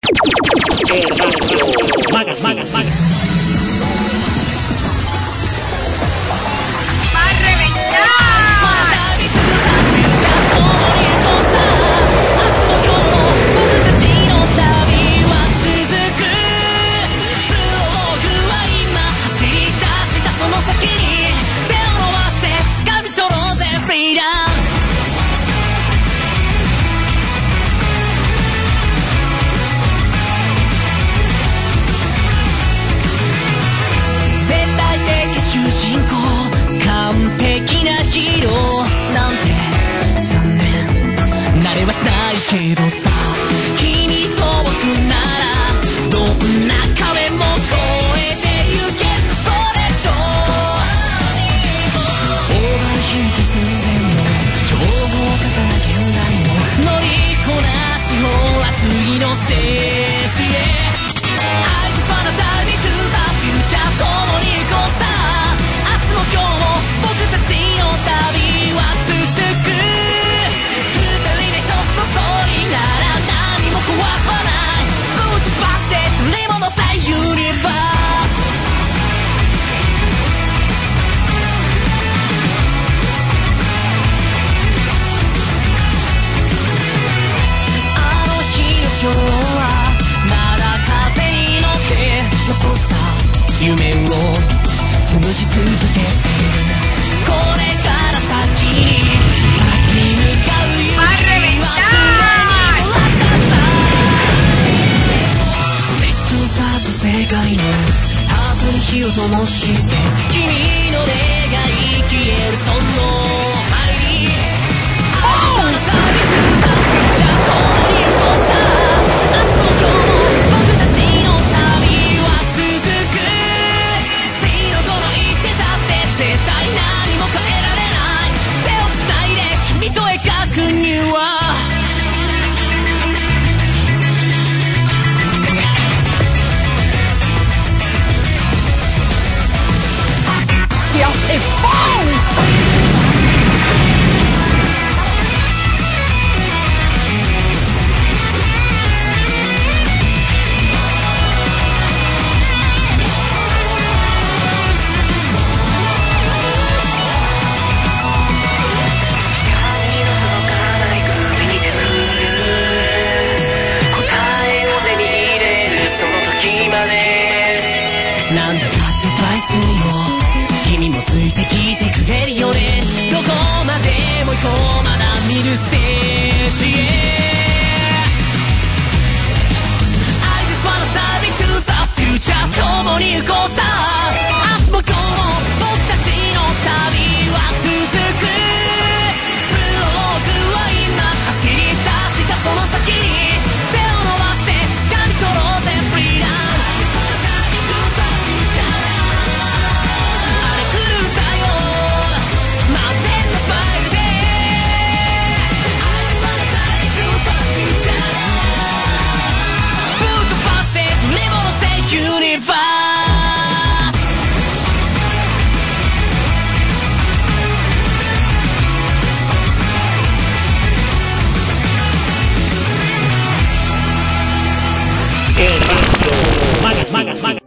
Magazine.けどさ、君と僕ならどんな壁も越えてゆけず、それ以上オーバーヒート寸前の情報型な現代も乗りこなし、ほら次のステージへ I just wanna dive into the future、 共に行こうさ、明日も今日も僕たちの旅は続く。ストーリーなら何も怖くはない、ぶっ飛ばして取り戻せユニバース。あの日の今日はまだ風に乗って残した夢を紡ぎ続けて、これから先に立ち向かう夢は世界のハートに火を灯して君の願い消えるその前に、あなたに通さじゃ共に行こうさ、明日も今日も僕たちの旅は続く。死の子の言ってたって絶対何も変えられない、手を繋いで君と描くにはIt's fun! ついてきてくれるよね、どこまでも行こう、まだ見ぬステージへ I just wanna dive into the future、 共に行こうさ、明日も今日も僕たちの旅は続く。プローグは今走り出したその先に手を伸ばして掴み取ろうぜフリーダム。ユニバース。マガジン。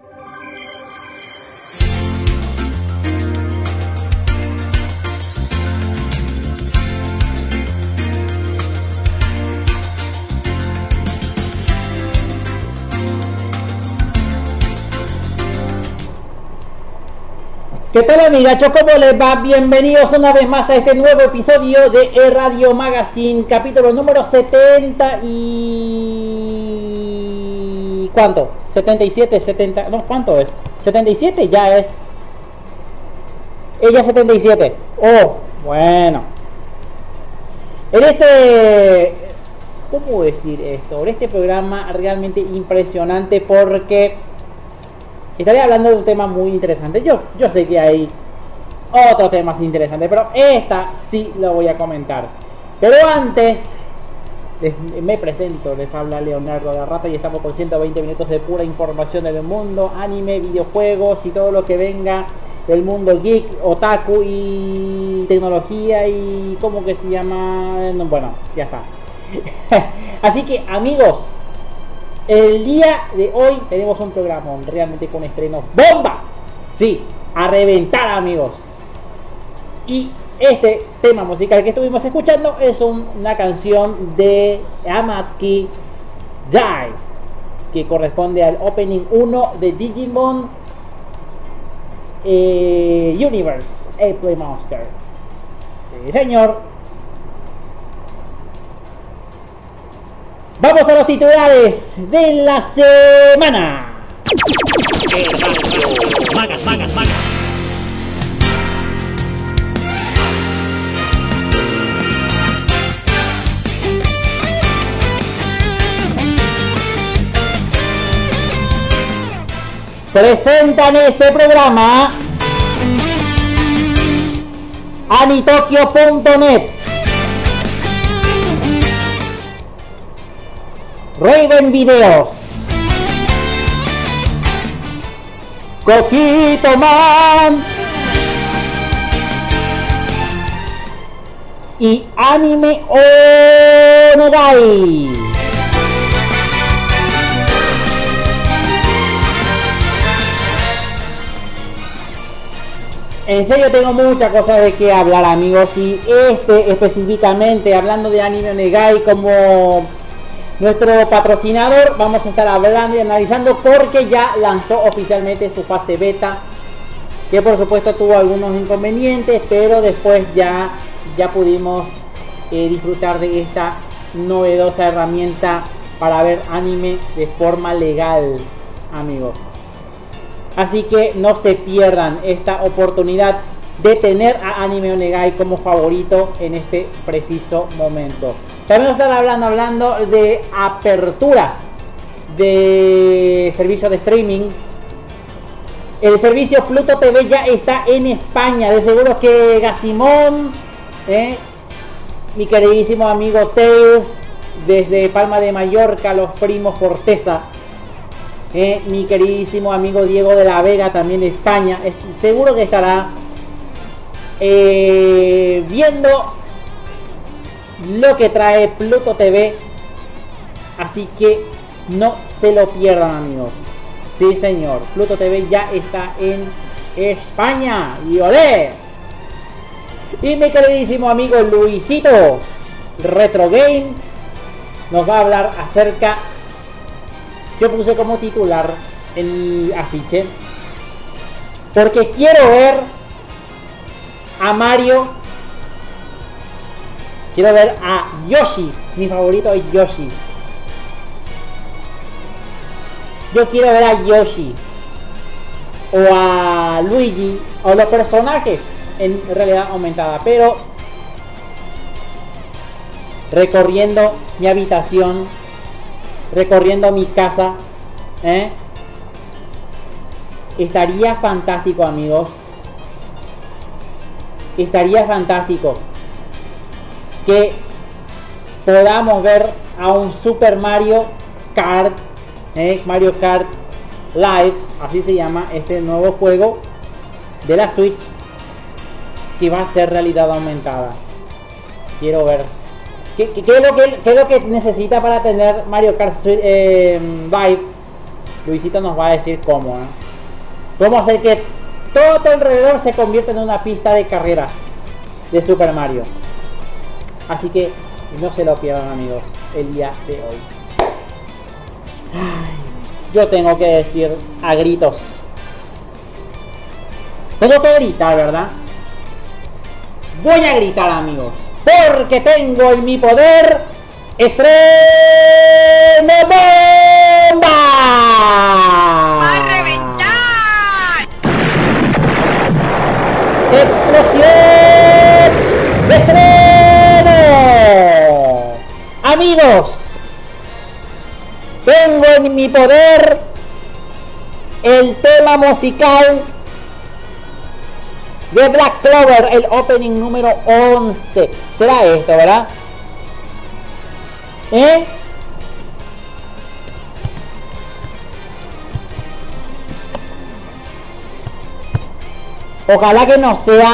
¿Qué tal, amigachos? ¿Cómo les va? Bienvenidos una vez más a este nuevo episodio de Radio Magazine, capítulo número 70 y... ¿cuánto? 77, 70... no, ¿cuánto es? ¿77? Ya es. Ella 77. Oh, bueno. En este... ¿cómo decir esto? En este programa realmente impresionante porque... estaré hablando de un tema muy interesante. Yo sé que hay otros temas interesantes, pero esta sí lo voy a comentar. Pero antes, me presento. Les habla Leonardo Garrata y estamos con 120 minutos de pura información del mundo anime, videojuegos y todo lo que venga del mundo geek, otaku y tecnología y ¿cómo que se llama? Bueno, ya está. Así que, amigos, El día de hoy tenemos un programa realmente con estrenos ¡bomba! Sí, a reventar, amigos. Y este tema musical que estuvimos escuchando es una canción de Amatsuki Dive, que corresponde al opening 1 de Digimon Universe Play Monster. Sí, señor. Vamos a los titulares de la semana. Presentan este programa Anitokyo.net, Raven Videos, Coquito Man y Anime Onegai. En serio tengo muchas cosas de qué hablar, amigos, y específicamente hablando de Anime Onegai como nuestro patrocinador, vamos a estar hablando y analizando porque ya lanzó oficialmente su fase beta, que por supuesto tuvo algunos inconvenientes, pero después ya pudimos disfrutar de esta novedosa herramienta para ver anime de forma legal, amigos. Así que no se pierdan esta oportunidad de tener a Anime Onegai como favorito en este preciso momento. También vamos a estar hablando de aperturas de servicio de streaming. El servicio Pluto TV ya está en España. De seguro que Gasimón, mi queridísimo amigo Tails, desde Palma de Mallorca, los primos Forteza, mi queridísimo amigo Diego de la Vega, también de España, seguro que estará viendo lo que trae Pluto TV, así que no se lo pierdan, amigos. Sí, señor, Pluto TV ya está en España y olé. Y mi queridísimo amigo Luisito Retro Game nos va a hablar acerca, yo puse como titular el afiche porque quiero ver a Mario, quiero ver a Yoshi, mi favorito es Yoshi. Yo quiero ver a Yoshi o a Luigi o los personajes en realidad aumentada, pero recorriendo mi habitación, recorriendo mi casa, estaría fantástico, amigos. Estaría fantástico que podamos ver a un Super Mario Kart, Mario Kart Live, así se llama este nuevo juego de la Switch, que va a ser realidad aumentada. Quiero ver qué es lo que necesita para tener Mario Kart Live. Luisito nos va a decir cómo, cómo hacer que todo alrededor se convierta en una pista de carreras de Super Mario. Así que no se lo pierdan, amigos, el día de hoy. Ay, yo tengo que decir a gritos. Tengo que gritar, ¿verdad? Voy a gritar, amigos, porque tengo en mi poder ¡estreno bomba! ¡Va a reventar! ¡Explosión de estreno! Amigos, tengo en mi poder el tema musical de Black Clover, el opening número 11. Será esto, ¿verdad? Ojalá que no sea.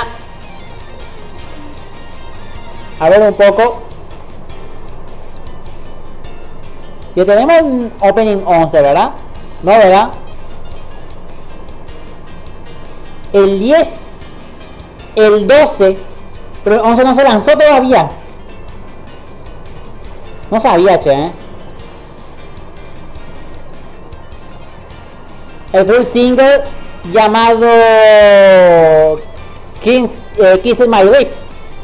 A ver un poco. Que tenemos un opening 11, ¿verdad? No, ¿verdad? El 10, el 12, pero el 11 no se lanzó todavía. No sabía, che, ¿eh? El full single llamado Kiss My Lips.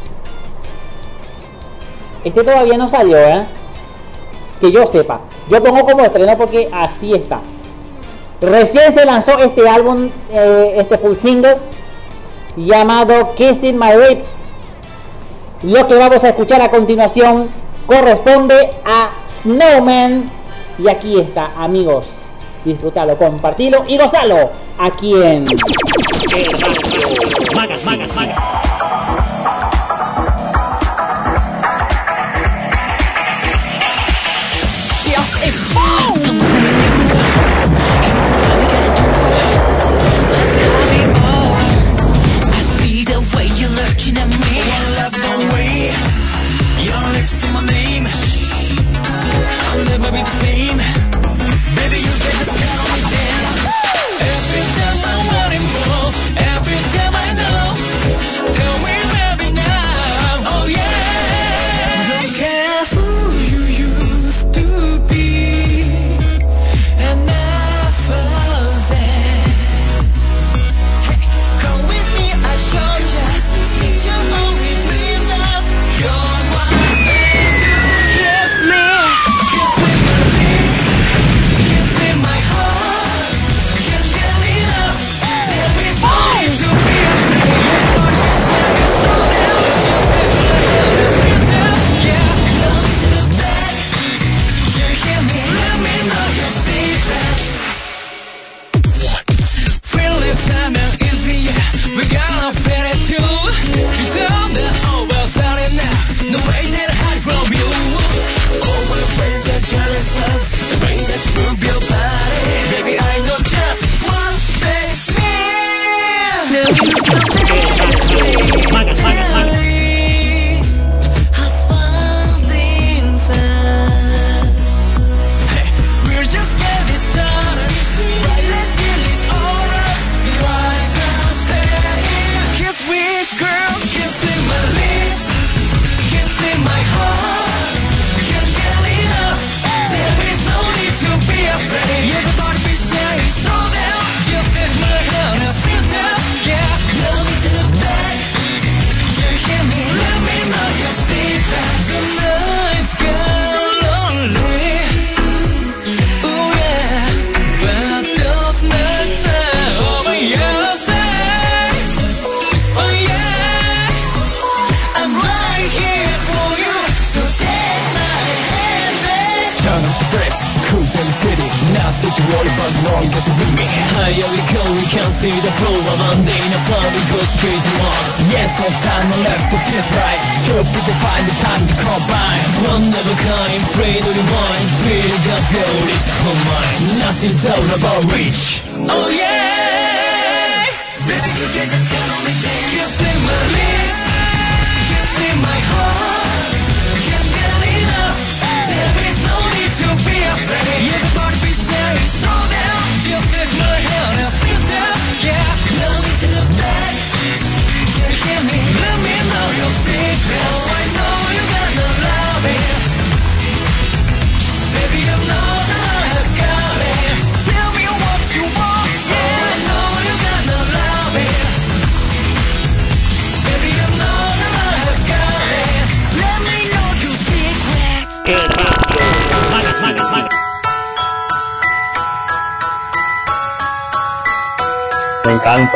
Este todavía no salió, ¿eh? Que yo sepa. Yo pongo como estreno porque así está. Recién se lanzó este álbum, este full single llamado Kissing My Lips. Lo que vamos a escuchar a continuación corresponde a Snowman. Y aquí está, amigos. Disfrutalo, compartilo y gozalo aquí en Magazine. Looking at me, I love the way your lips on my name. I'll never be the same. Baby, you get the sky on me down. Every time I want it more, every time I know. Tell me baby now, oh yeah. Don't care who you used to be, enough of that. Hey, come with me, I'll show ya. You're only dreamed of. You're my man. Kiss me, kissing my lips, kissing my heart. Can't get enough. There is no need to be afraid. Your heart is so down. Just let my hand and sit down. Yeah, love me to the back. You hear me? Let me know your secrets. Feel it time and easy. We gotta feel it too. The way that I hide from you. All my friends are jealous of the way that you move your body. Baby, I know just one thing. Now you come have falling fast. Hey, we're just getting started. Brightest feelings all us. Your eyes are saying, kiss me, girl, kissing my lips. My heart can't get enough. There is no need to be afraid. Everybody be saying slow down. Just take my hand and sit down. Yeah, love me to the back. You hear me? Let me know your secrets. The nights get lonely. Oh yeah, but those nights are over. Yeah, say, oh yeah, I'm right here. Cruise in the city, now sit the road buzz along, guess it with me. Higher we go, we can see the flow of Monday in a flow, we go straight to Mars. Yes, no time no left to feel right. Two people find the time to combine. One of a kind, pray to the wine. Feel the gold, it's all mine. Nothing's out of our reach. Oh yeah, baby, you just got on me there. Kissing my lips, kissing my heart. Can't get enough. There is no need to be afraid. Everybody be saying slow down. Just take my hand and sit down. Yeah, love me to the back. You hear me? Let me know your secrets. Oh, I know you gotta love it. Baby, you know that I've got it. Tell me what you want. Yeah, I know you gotta love it. Baby, you know that I've got it. Let me know your secrets. Me encantó.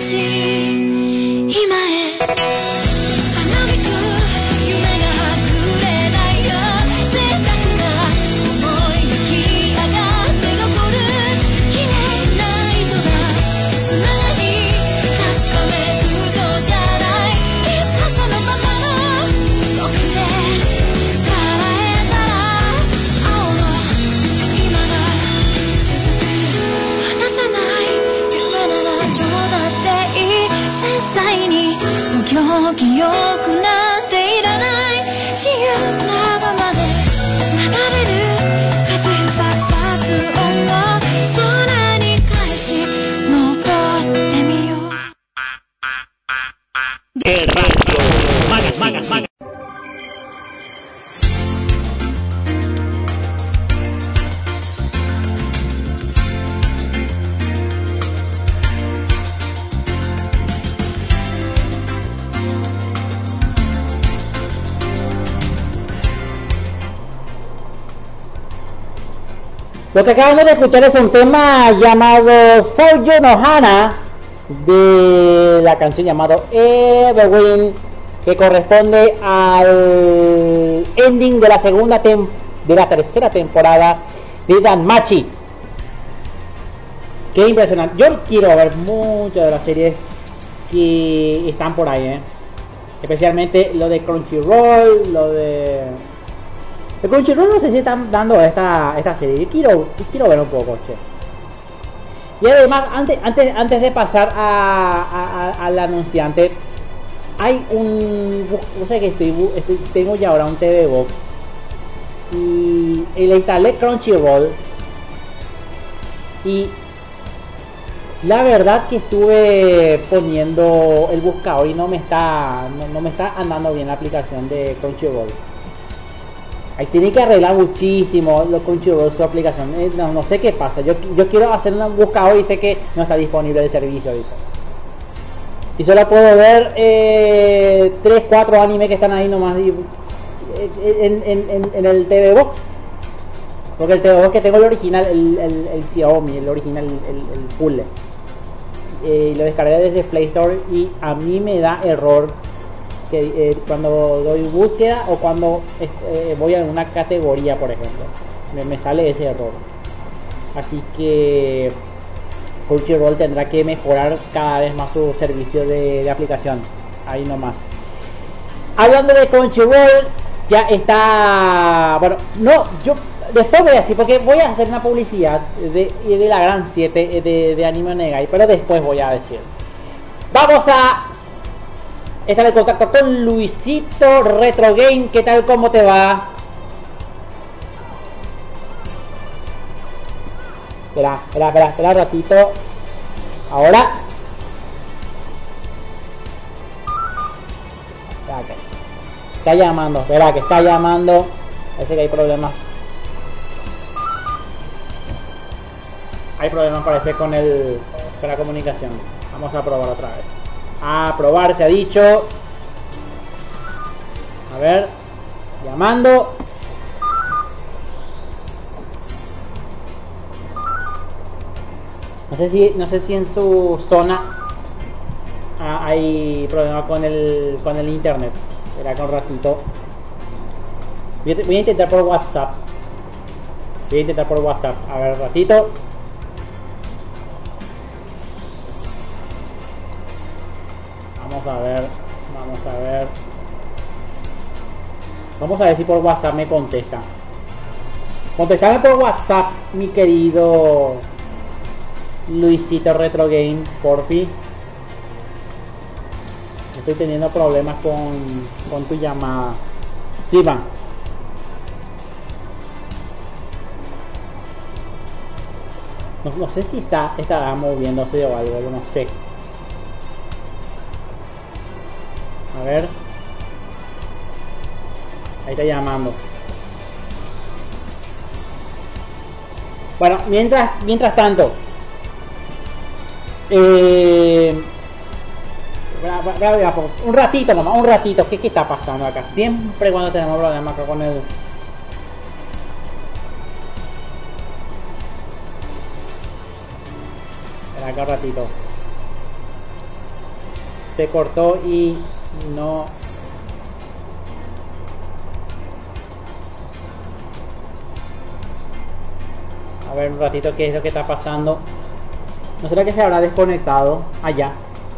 しい今へたなびく夢がはぐれないよ贅沢な想いがき上がって残る綺麗な糸だつながり確かめ偶像じゃないいつかそのままの僕で叶えたら青の今が続く離さない夢ならどうだっていい繊細に無行記憶なんていらない自由なままで流れる風ふささつ音を空に返し登ってみよう Magazine. Lo que acabamos de escuchar es un tema llamado Soju no Hana de la canción llamado Evergreen, que corresponde al ending de la tercera temporada de Danmachi. Qué impresionante. Yo quiero ver muchas de las series que están por ahí, especialmente lo de Crunchyroll, lo de Crunchyroll. No sé si están dando esta serie. Yo quiero ver un poco, che. Y además, antes de pasar al anunciante, hay no sé qué tengo ya ahora un TV Box y le instalé Crunchyroll, y la verdad que estuve poniendo el buscador y no me está andando bien la aplicación de Crunchyroll. Ahí tiene que arreglar muchísimo lo Crunchyroll, su aplicación. No sé qué pasa. Yo quiero hacer un buscador y sé que no está disponible el servicio ahorita. Y solo puedo ver 3-4 animes que están ahí nomás en el TV Box. Porque el TV Box que tengo el original, el Xiaomi, el original, el full. Lo descargué desde Play Store y a mí me da error que cuando doy búsqueda o cuando voy a una categoría, por ejemplo, me sale ese error. Así que Crunchyroll tendrá que mejorar cada vez más su servicio de aplicación. Ahí nomás. Hablando de Crunchyroll, ya está. Bueno, no, yo después voy a decir, porque voy a hacer una publicidad de la Gran 7 de Anime Negai, pero después voy a decir. Vamos a estar en contacto con Luisito Retro Game. ¿Qué tal? ¿Cómo te va? Espera un ratito. Ahora. Está llamando, espera que está llamando. Parece que hay problemas. Hay problemas, parece, con la comunicación. Vamos a probar otra vez. A probar, se ha dicho. A ver. Llamando. No sé si en su zona hay problema con el internet. Espera con un ratito. Voy a intentar por WhatsApp. A ver, ratito. Vamos a ver. Vamos a ver si por WhatsApp me contesta. Contestame por WhatsApp, mi querido Luisito Retro Game, porfi. Estoy teniendo problemas con tu llamada. Sí, va. No sé si estará moviéndose o algo, yo no sé. A ver. Ahí está llamando. Bueno, mientras tanto, un ratito nomás, ¿qué está pasando acá? Siempre cuando tenemos problemas acá con el... Espera acá un ratito. Se cortó y no. A ver un ratito qué es lo que está pasando. ¿No será que se habrá desconectado allá?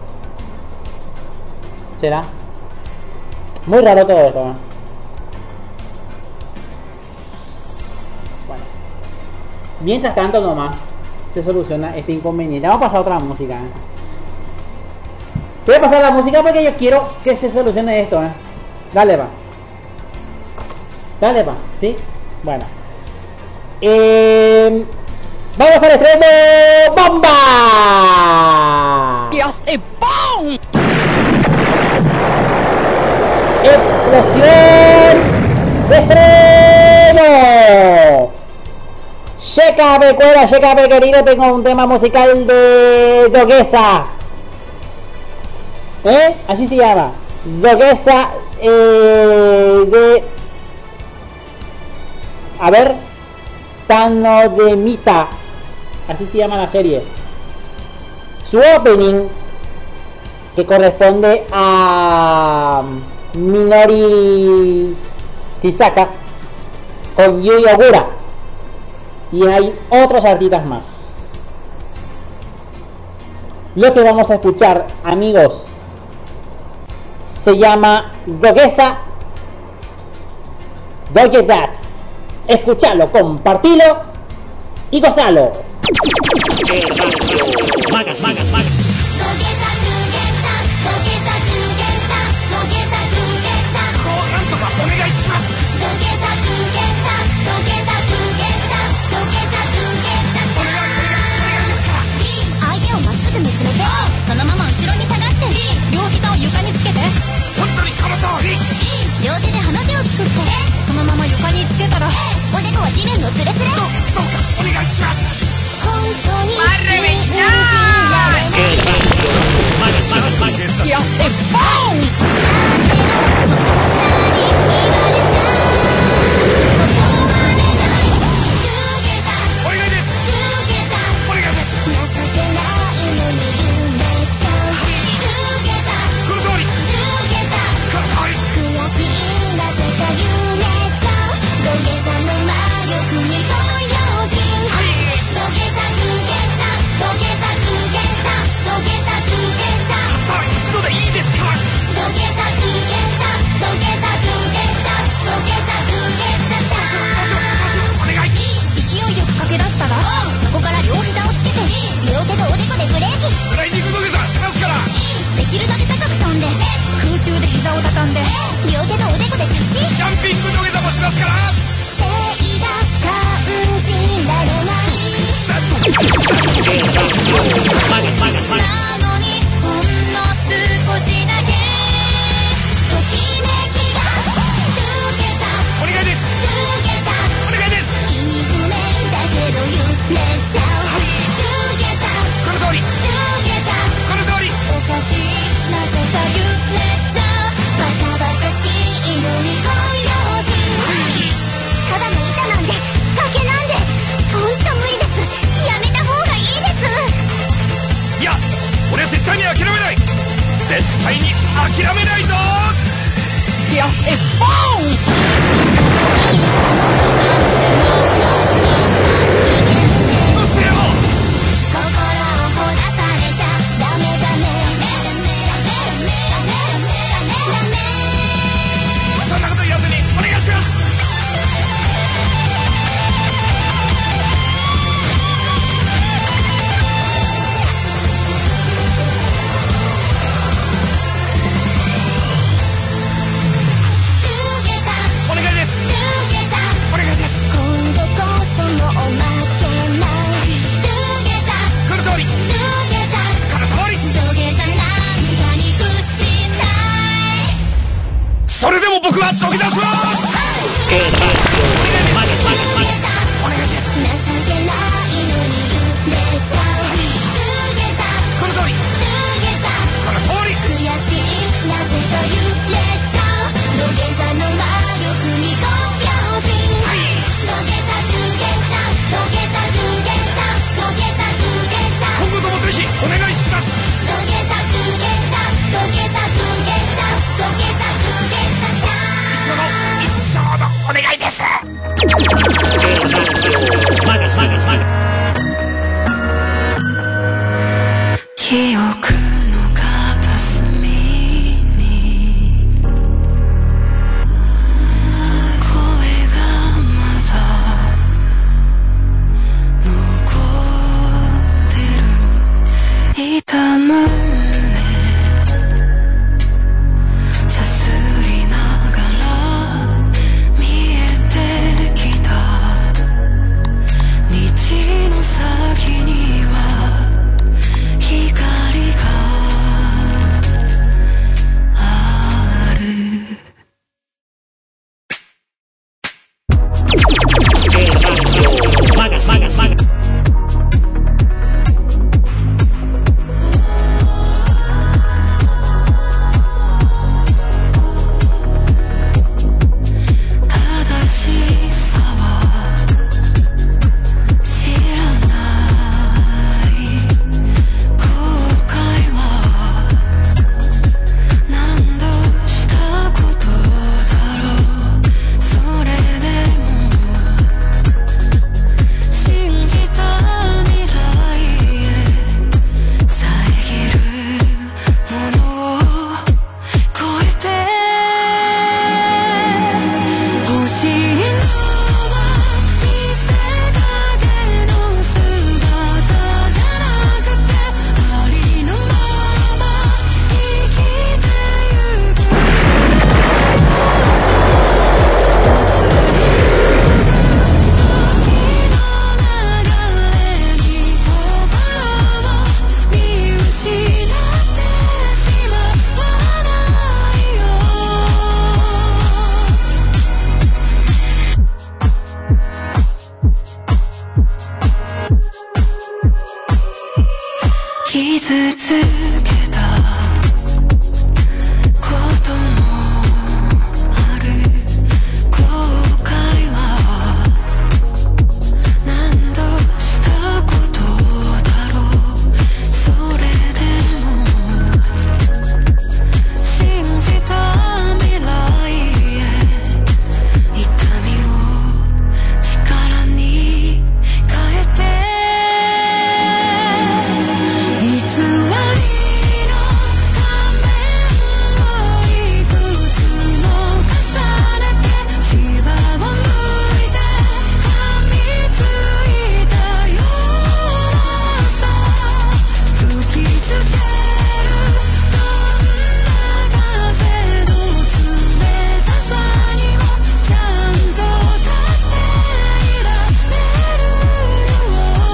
¿Será? Muy raro todo esto, ¿no? Bueno. Mientras tanto nomás se soluciona este inconveniente. Vamos a pasar a otra música, ¿eh? Voy a pasar la música porque yo quiero que se solucione esto, ¿eh? Dale, va. Dale, va. ¿Sí? Bueno. Vamos al estreno. ¡Bomba! ¡Y hace ¡pum! ¡Explosión de estreno! Shekabe, cuela, Shekabe, querido, tengo un tema musical de Dogesa. Así se llama. Dogesa de... A ver... Tanodemita. Así se llama la serie. Su opening, que corresponde a Minori Hisaka con Yui Ogura, y hay otros artistas más. Lo que vamos a escuchar, amigos, se llama Dogesa Doge That. Escuchalo, compartilo y gozalo. Magas, magas, magas. 記憶の片隅に声がまだ残ってる痛む胸さすりながら見えてきた道の先には光がある。正しさは知らない後悔は何度したことだろう。それでも信じた未来へ遮るものを超えて欲しいのは見せかけの姿じゃなくてありのまま生きてゆく移りゆく時の流れに心を見失ってしまわないよ。傷つけたこともある。後悔は何度したことだろう。それでも信じた未来へ痛みを力に変えて偽りの仮面をいくつも重ねて牙をむいて噛みついたようなさ吹きつけるどんな風の冷たさにもちゃんと立っていられるよ。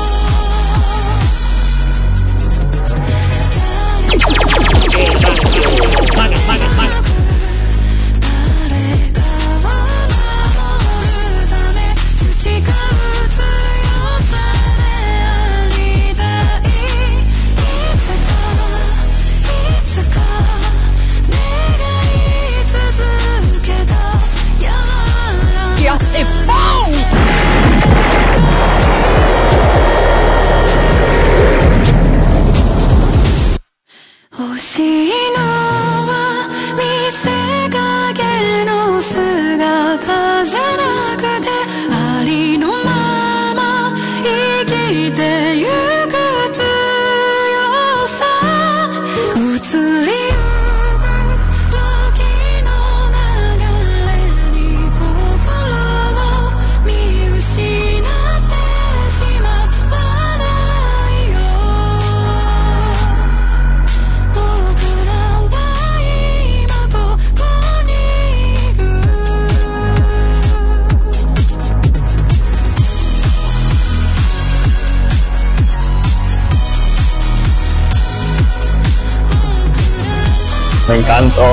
誰かを守るため培う強さでありたい。いつか願い続けた柔らかい欲しいのは見せかけの姿じゃなくてありのまま生きてゆく強さ。移りゆく時の流れに心を見失ってしまわないよ。僕らは今ここにいる。 Me encantó.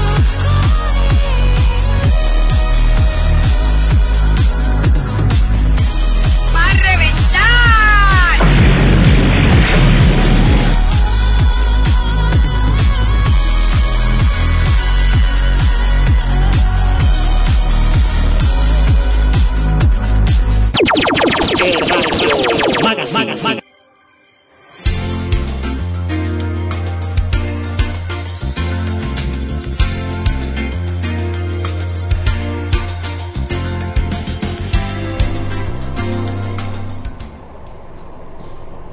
¡Va a reventar! Magazine.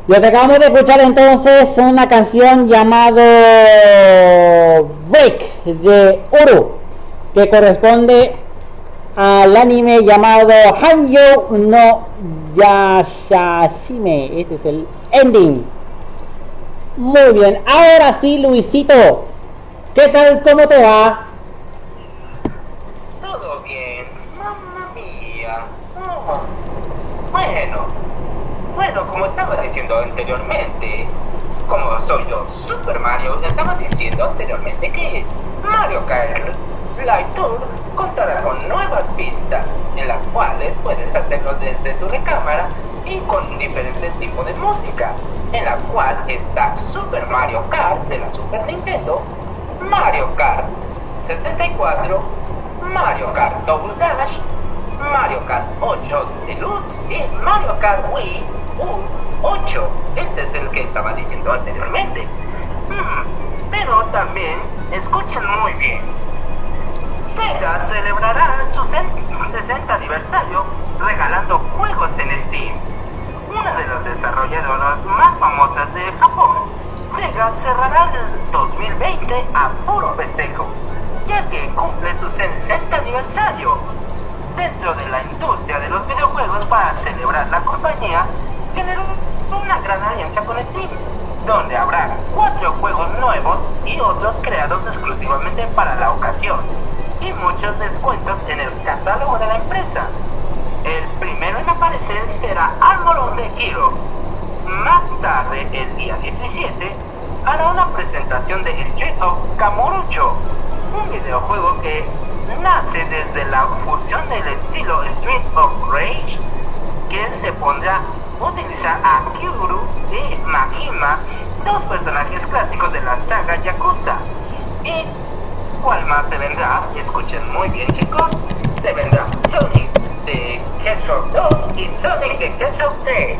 Lo que acabamos de escuchar entonces es una canción llamado Break de Uru, que corresponde al anime llamado Hanyo no Yashashime. Este es el ending. Muy bien, ahora sí, Luisito, ¿qué tal? ¿Cómo te va? Todo bien, mamma mía. Oh. Bueno, como estaba diciendo anteriormente, como soy yo Super Mario, estaba diciendo anteriormente que Mario Kart Live Tour contará con nuevas pistas en las cuales puedes hacerlo desde tu recámara y con diferentes tipos de música, en la cual está Super Mario Kart de la Super Nintendo, Mario Kart 64, Mario Kart Double Dash, Mario Kart 8 Deluxe y Mario Kart Wii U8. Ese es el que estaba diciendo anteriormente. Pero también, escuchen muy bien, Sega celebrará su 60 aniversario regalando juegos en Steam. Una de las desarrolladoras más famosas de Japón, Sega cerrará el 2020 a puro festejo, ya que cumple su 60 aniversario. Dentro de la industria de los videojuegos, para celebrar, la compañía generó una gran alianza con Steam, donde habrá 4 juegos nuevos y otros creados exclusivamente para la ocasión, y muchos descuentos en el catálogo de la empresa. El primero en aparecer será Armor of the Heroes. Más tarde, el día 17, hará una presentación de Street of Kamurocho, un videojuego que nace desde la fusión del estilo Street of Rage, que se pondrá a utilizar a Kyuru y Makima, dos personajes clásicos de la saga Yakuza. ¿Y cuál más se vendrá? Escuchen muy bien, chicos. Se vendrá Sonic the Hedgehog 2 y Sonic the Hedgehog 3.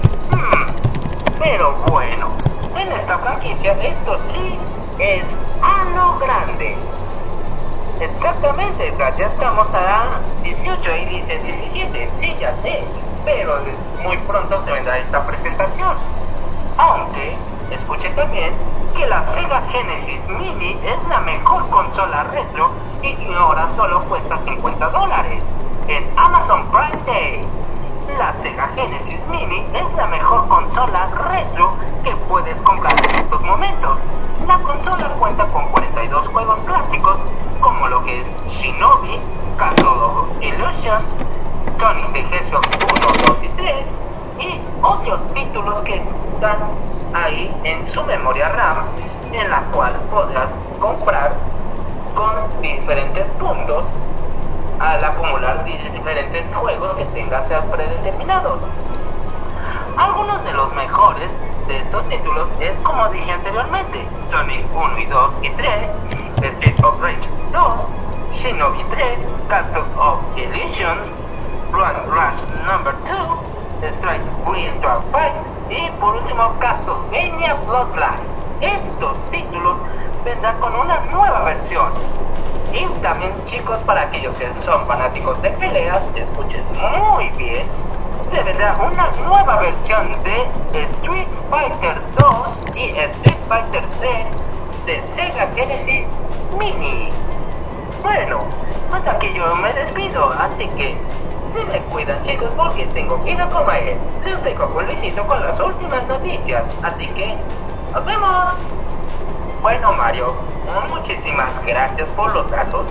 Pero bueno, en esta franquicia esto sí es a lo grande. Exactamente, ya estamos a 18 y dice 17, sí, ya sé, pero muy pronto se vendrá esta presentación. Aunque, escuchen también que la Sega Genesis Mini es la mejor consola retro y ahora solo cuesta $50 en Amazon Prime Day. La Sega Genesis Mini es la mejor consola retro que puedes comprar en estos momentos. La consola cuenta con 42 juegos clásicos, como lo que es Shinobi, Castle of Illusions, Sonic the Hedgehog 1, 2 y 3, y otros títulos que están ahí en su memoria RAM, en la cual podrás comprar con diferentes puntos al acumular diferentes juegos que tengas predeterminados. Algunos de los mejores de estos títulos es, como dije anteriormente, Sonic 1 y 2 y 3, Street of Rage 2, Shinobi 3, Castle of Illusions, Road Rush No. 2, Strike Virtual Fight y por último Castlevania Bloodlines. Estos títulos vendrán con una nueva versión. Y también, chicos, para aquellos que son fanáticos de peleas, escuchen muy bien, se vendrá una nueva versión de Street Fighter 2 y Street Fighter 3 de Sega Genesis Mini. Bueno, pues aquí yo me despido, así que se me cuidan, chicos, porque tengo que ir a comer. Les dejo con Luisito con las últimas noticias, así que nos vemos. Bueno, Mario, muchísimas gracias por los datos.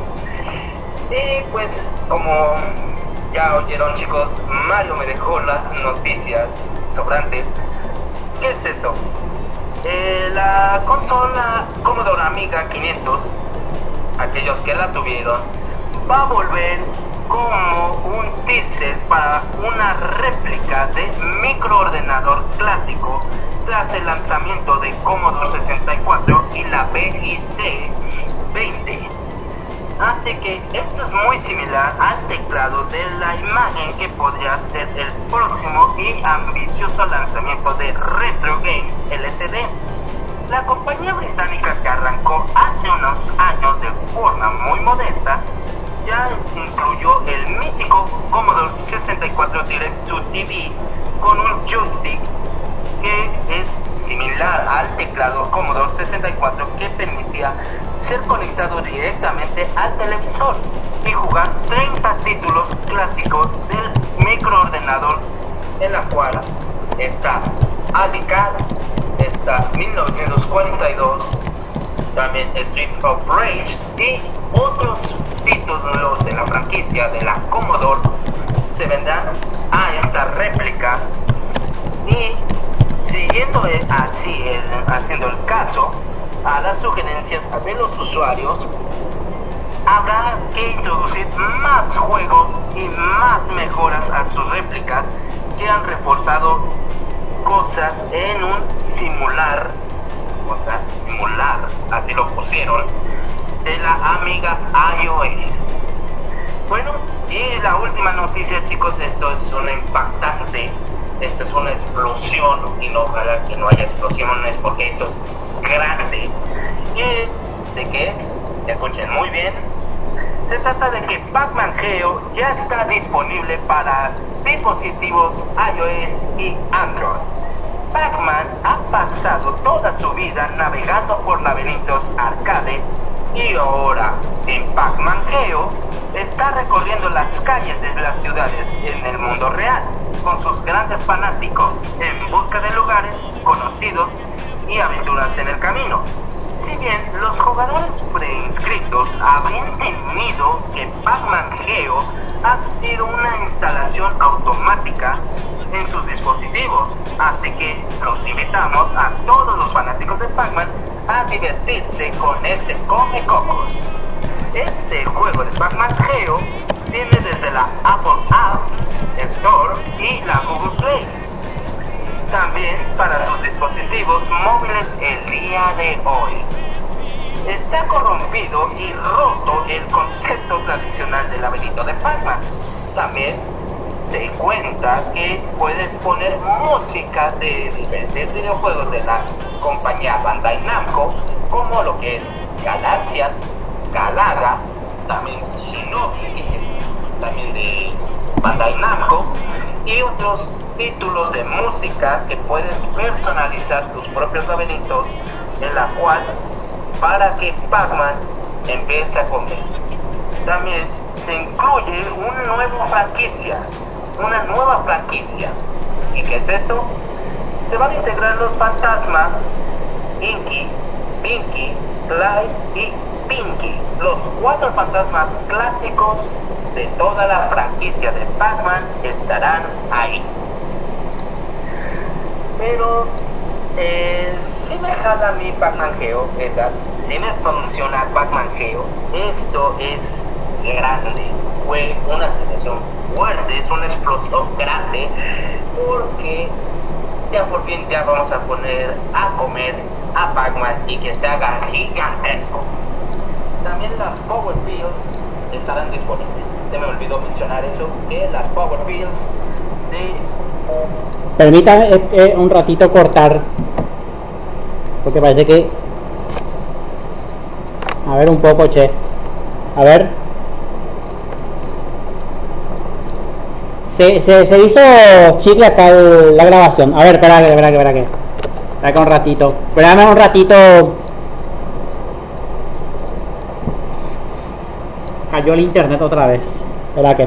Y pues, como ya oyeron, chicos, Mario me dejó las noticias sobrantes. ¿Qué es esto? La consola Commodore Amiga 500, aquellos que la tuvieron, va a volver como un teaser para una réplica de microordenador clásico tras el lanzamiento de Commodore 64 y la BIC 20. Así que esto es muy similar al teclado de la imagen que podría ser el próximo y ambicioso lanzamiento de Retro Games Ltd. La compañía británica, que arrancó hace unos años de forma muy modesta, ya incluyó el mítico Commodore 64 Direct to TV con un joystick que es similar al teclado Commodore 64, que permitía ser conectado directamente al televisor y jugar 30 títulos clásicos del microordenador, en la cual está Alicat, está 1942, también Streets of Rage y otros títulos de la franquicia de la Commodore se vendrán a esta réplica. Y siguiendo así haciendo el caso a las sugerencias de los usuarios, habrá que introducir más juegos y más mejoras a sus réplicas que han reforzado cosas en un simular, así lo pusieron, de la Amiga iOS. Bueno, y la última noticia, chicos, esto es una impactante, esto es una explosión, y no, ojalá que no haya explosiones porque esto es grande. ¿Y de qué es? Escuchen muy bien. Se trata de que Pac-Man Geo ya está disponible para dispositivos iOS y Android. Pac-Man ha pasado toda su vida navegando por laberintos arcade y ahora en Pac-Man Geo está recorriendo las calles de las ciudades en el mundo real con sus grandes fanáticos en busca de lugares conocidos y aventuras en el camino. Si bien los jugadores preinscritos habrían temido que Pac-Man Geo ha sido una instalación automática en sus dispositivos, así que los invitamos a todos los fanáticos de Pac-Man a divertirse con este Come Cocos. Este juego de Pac-Man Geo viene desde la Apple App Store y la Google Play, también para sus dispositivos móviles el día de hoy. Está corrompido y roto el concepto tradicional del laberinto de Pac-Man. También se cuenta que puedes poner música de diferentes videojuegos de la compañía Bandai Namco, como lo que es Galaxian, Galaga, también Shinobi, que es también de Bandai Namco, y otros títulos de música que puedes personalizar tus propios laberintos, en la cual para que Pac-Man empiece a comer. También se incluye una nueva franquicia. ¿Y qué es esto? Se van a integrar los fantasmas Inky, Pinky, Clyde y Pinky, los 4 fantasmas clásicos de toda la franquicia de Pac-Man estarán ahí. Pero si me jala mi Pac-Man Geo, ¿verdad? Si me funciona Pac-Man Geo, esto es grande. Fue una sensación fuerte, es una explosión grande, porque ya por fin ya vamos a poner a comer a Pac-Man y que se haga gigantesco. También las Power Pills estarán disponibles. Se me olvidó mencionar eso, que las Power Pills de... Permítame un ratito cortar, porque parece que... A ver un poco, che. A ver. Se hizo chicle acá la grabación. A ver, espera que un ratito. Espérame un ratito. Cayó el internet otra vez. Espera que.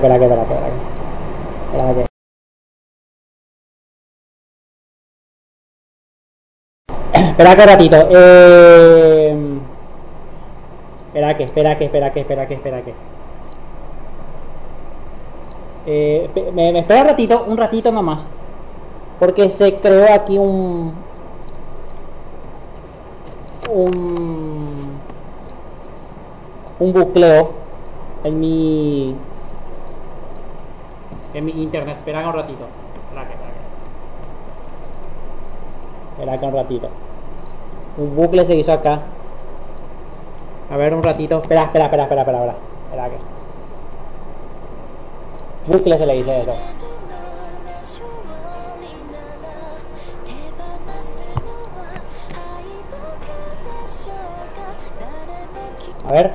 Espera que un ratito. Espera que. Me espera un ratito nomás. Porque se creó aquí un bucleo en mi internet. Espera un ratito. Espera que un ratito. Un bucle se hizo acá. A ver un ratito. Espera que. Bucle se le dice eso. A ver.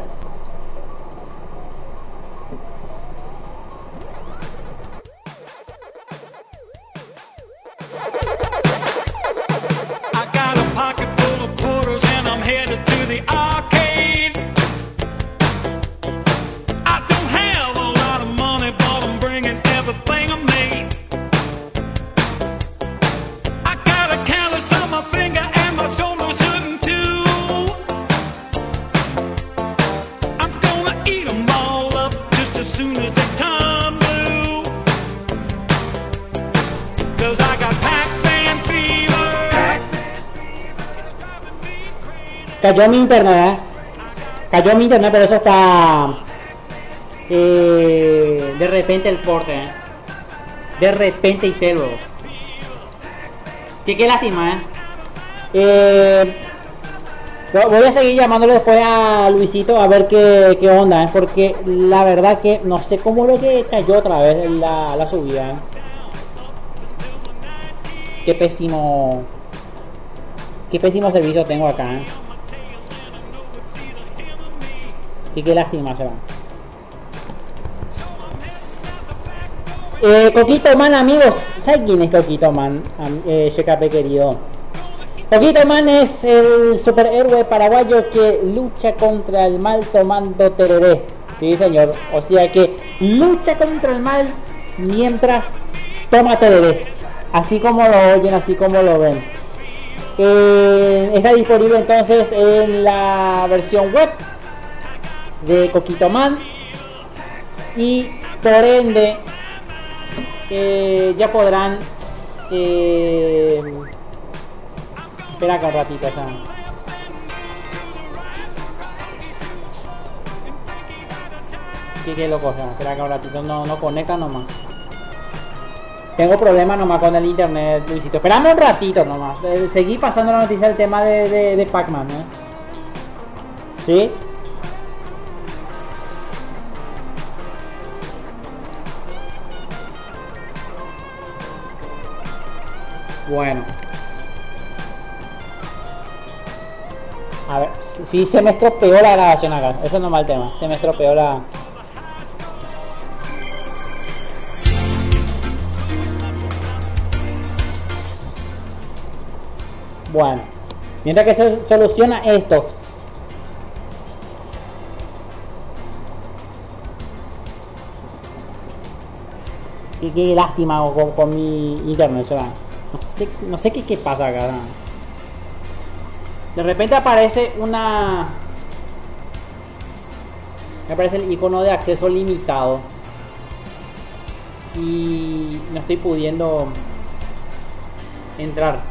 Cayó mi internet, Cayó mi internet, pero eso está... de repente el porte, De repente y cero. Qué lástima, voy a seguir llamándole después a Luisito a ver qué onda, porque la verdad que no sé cómo lo que cayó otra vez la subida, Qué pésimo servicio tengo acá, Y qué lástima se va. Coquito Man, amigos, ¿saben quién es Coquito Man? YKP querido. Coquito Man es el superhéroe paraguayo que lucha contra el mal tomando tereré. Sí, señor. O sea que lucha contra el mal mientras toma tereré. Así como lo oyen, así como lo ven. Está disponible entonces en la versión web de Coquito Man. Y por ende ya podrán espera acá un ratito ya. Qué loco, ya. Espera acá un ratito, no conecta nomás. Tengo problemas nomás con el internet, Luisito. Esperame un ratito nomás. Seguí pasando la noticia del tema de Pac-Man, ¿Sí? Bueno. A ver, si se me estropeó la grabación acá. Eso no es mal tema. Se me estropeó la... Bueno. Mientras que se soluciona esto. Qué lástima con mi internet, ¿verdad? No sé qué pasa acá, ¿verdad? De repente aparece me aparece el icono de acceso limitado y no estoy pudiendo entrar.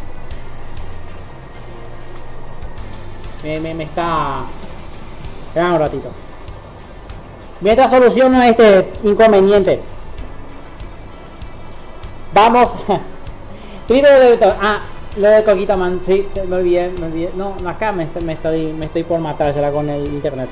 Me está... Espera un ratito. Mientras soluciono este inconveniente, vamos. Lo de Coquito Man, sí, me olvidé. No, acá me estoy por matársela con el internet.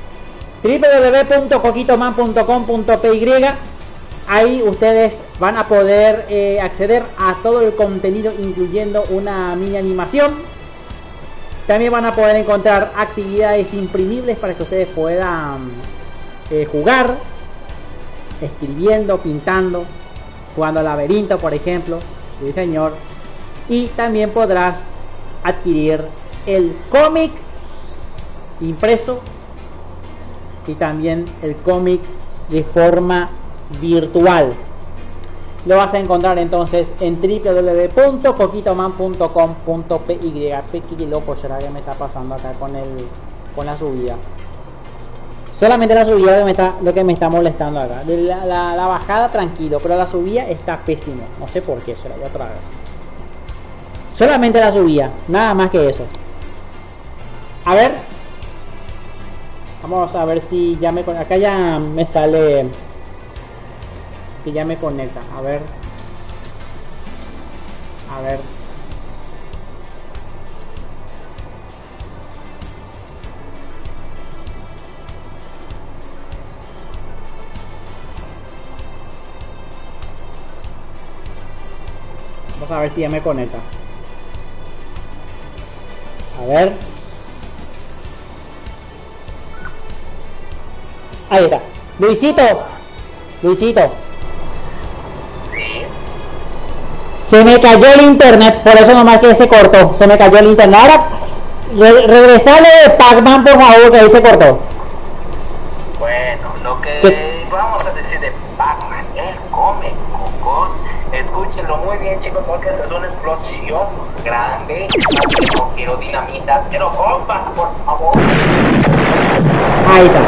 www.coquitoman.com.py. Ahí ustedes van a poder acceder a todo el contenido, incluyendo una mini animación. También van a poder encontrar actividades imprimibles para que ustedes puedan jugar, escribiendo, pintando, jugando al laberinto, por ejemplo. Sí, señor. Y también podrás adquirir el cómic impreso y también el cómic de forma virtual. Lo vas a encontrar entonces en www.coquitoman.com.py. Qué loco será que me está pasando acá con la subida. Solamente la subida lo que me está molestando acá. La bajada tranquilo, pero la subida está pésimo. No sé por qué será, ya otra vez. Solamente la subida, nada más que eso. A ver. Vamos a ver si ya acá ya me sale que ya me conecta. A ver. Vamos a ver si ya me conecta. A ver. Ahí está. Luisito. Sí. Se me cayó el internet, por eso nomás que se cortó. Se me cayó el internet. Ahora, regresale de Pac-Man, por favor, que ahí se cortó. Bueno, lo que vamos a decir de Pac-Man, él come cocos. Escúchenlo muy bien, chicos, porque esto es una explosión grande. No quiero dinamitas, quiero bombas, por favor. Ahí está.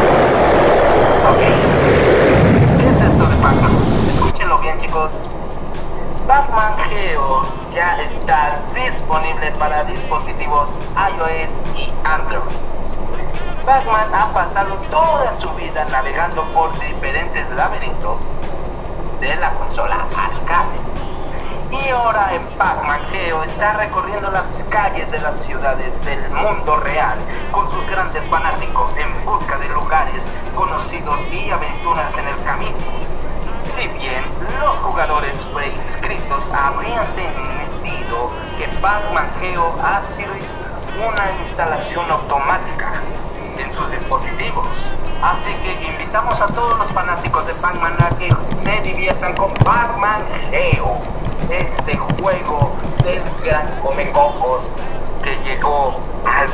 Ok. ¿Qué es esto de Pac-Man? Escúchenlo bien, chicos. Pac-Man Geo ya está disponible para dispositivos iOS y Android. Pac-Man ha pasado toda su vida navegando por diferentes laberintos de la consola arcade. Y ahora en Pac-Man Geo está recorriendo las calles de las ciudades del mundo real con sus grandes fanáticos en busca de lugares conocidos y aventuras en el camino. Si bien los jugadores preinscritos habrían entendido que Pac-Man Geo ha sido una instalación automática en sus dispositivos. Así que invitamos a todos los fanáticos de Pac-Man a que se diviertan con Pac-Man Geo, este juego del gran Comecocos que llegó al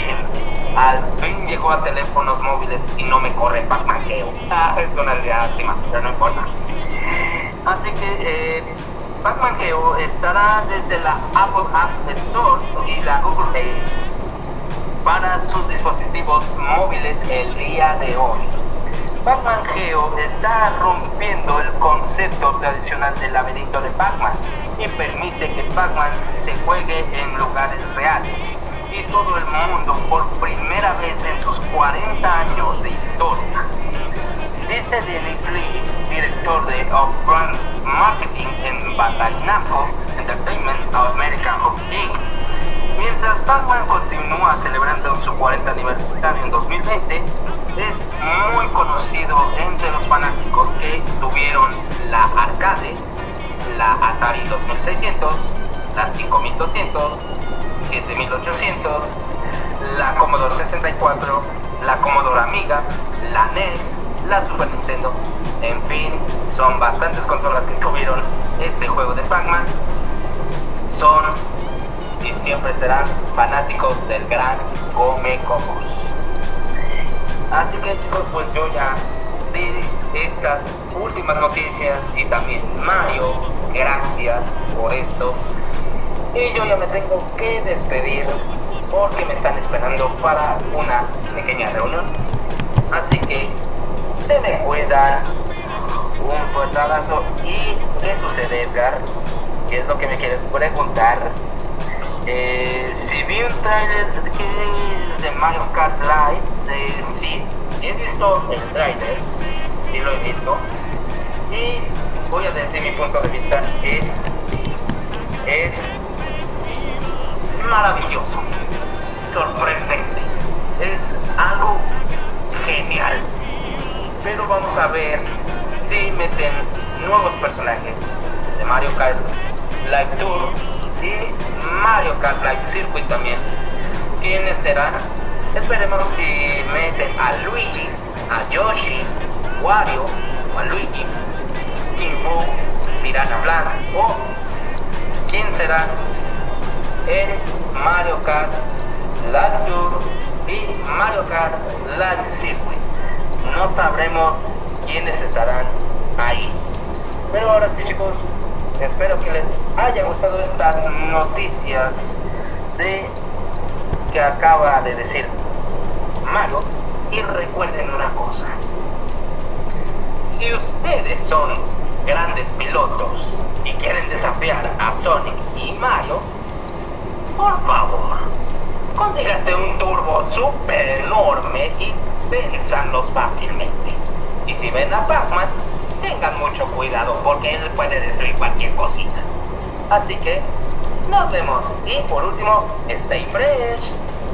fin llegó a teléfonos móviles y no me corre Pac-Man Geo. Es una lástima, pero no importa. Así que Pac-Man Geo estará desde la Apple App Store y la Google Play para sus dispositivos móviles el día de hoy. Pac-Man Geo está rompiendo el concepto tradicional del laberinto de Pac-Man y permite que Pac-Man se juegue en lugares reales y todo el mundo por primera vez en sus 40 años de historia. Dice Dennis Lee, director de Off-Brand Marketing en Bandai Namco Entertainment America Inc. Mientras Pac-Man continúa celebrando su 40 aniversario en 2020, es muy conocido entre los fanáticos que tuvieron la arcade, la Atari 2600, la 5200, 7800, la Commodore 64, la Commodore Amiga, la NES, la Super Nintendo. En fin, son bastantes consolas que tuvieron este juego de Pac-Man. Son y siempre serán fanáticos del gran Comecocos. Así que chicos, pues yo ya di estas últimas noticias y también Mario, gracias por eso. Y yo ya me tengo que despedir porque me están esperando para una pequeña reunión. Así que se me cuidan, un fuerte abrazo. ¿Y qué sucede, Edgar? ¿Qué es lo que me quieres preguntar? Si vi un trailer que es de Mario Kart Live, sí he visto el trailer, sí lo he visto, y voy a decir mi punto de vista, es maravilloso, sorprendente, es algo genial, pero vamos a ver si meten nuevos personajes de Mario Kart Live Tour y Mario Kart Live Circuit también. ¿Quiénes serán? Esperemos si meten a Luigi, a Yoshi, Wario, o a Luigi, King Boo, Piranha Black, o quién será en Mario Kart Live Tour y Mario Kart Live Circuit. No sabremos quiénes estarán ahí. Pero ahora sí, chicos, espero que les haya gustado estas noticias que acaba de decir Mario. Y recuerden una cosa: si ustedes son grandes pilotos y quieren desafiar a Sonic y Mario, por favor, consíganse un turbo super enorme y vénzanlos fácilmente. Y si ven a Pac-Man, tengan mucho cuidado porque él puede destruir cualquier cosita. Así que nos vemos. Y por último, stay fresh.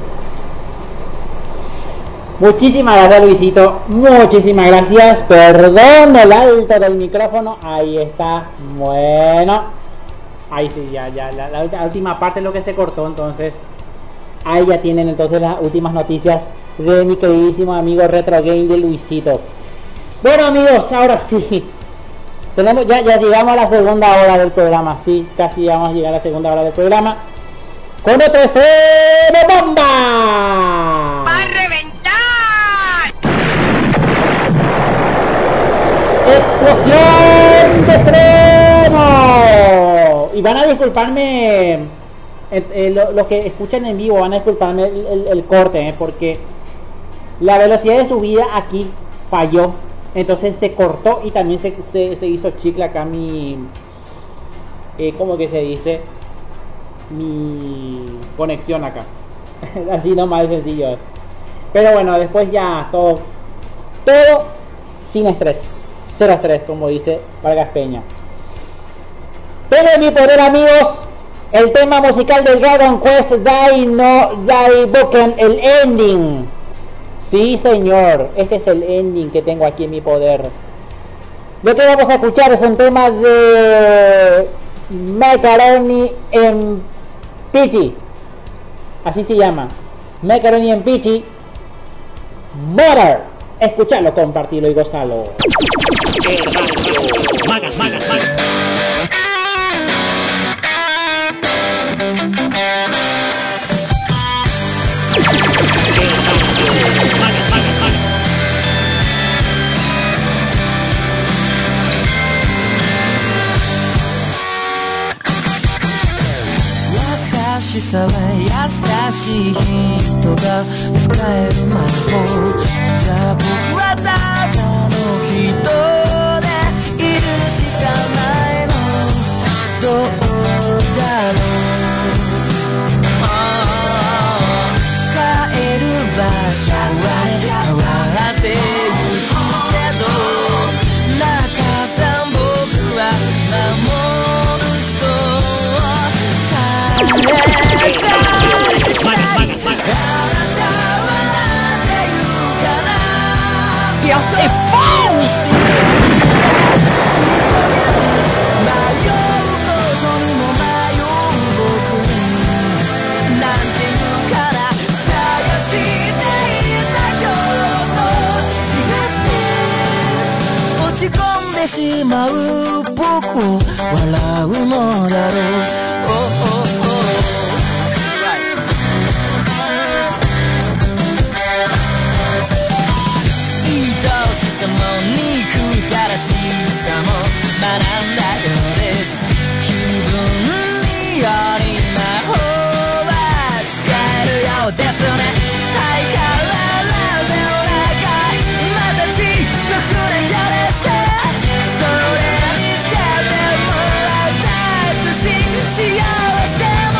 Muchísimas gracias, Luisito. Muchísimas gracias. Perdón el alto del micrófono. Ahí está. Bueno. Ahí sí, ya la última parte es lo que se cortó. Entonces, ahí ya tienen entonces las últimas noticias de mi queridísimo amigo Retro Game de Luisito. Bueno, amigos, ahora sí. Ya llegamos a la segunda hora del programa. Sí, casi vamos a llegar a la segunda hora del programa. Con otro estreno bomba. ¡Va a reventar! ¡Explosión de estreno! Y van a disculparme, los que escuchan en vivo van a disculparme el corte, porque la velocidad de subida aquí falló. Entonces se cortó y también se hizo chicle acá mi ¿cómo que se dice? Mi conexión acá. Así nomás de sencillo es. Pero bueno, después ya todo sin estrés, cero estrés, como dice Vargas Peña. Tengo en mi poder, amigos, el tema musical del Dragon Quest Dai no Daiboken, el ending. Sí, señor, este es el ending que tengo aquí en mi poder. Lo que vamos a escuchar es un tema de Macaroni en Pichi. Así se llama. Macaroni en Pichi. Mother. Escuchalo, compartilo y gozalo. 優しさは優しい人が使える魔法じゃあ僕はただの人でいるしかないのどうだろう帰る場所は変わってゆくけど中さん僕は守る人 Y hace ¡pum! 「しまう僕を笑うのだろう」愛しさも憎たらしさも学んだようです気分により魔法は使えるようですね相変わらずお腹また血の触れ方してそれ見つけてもらいたいし幸せも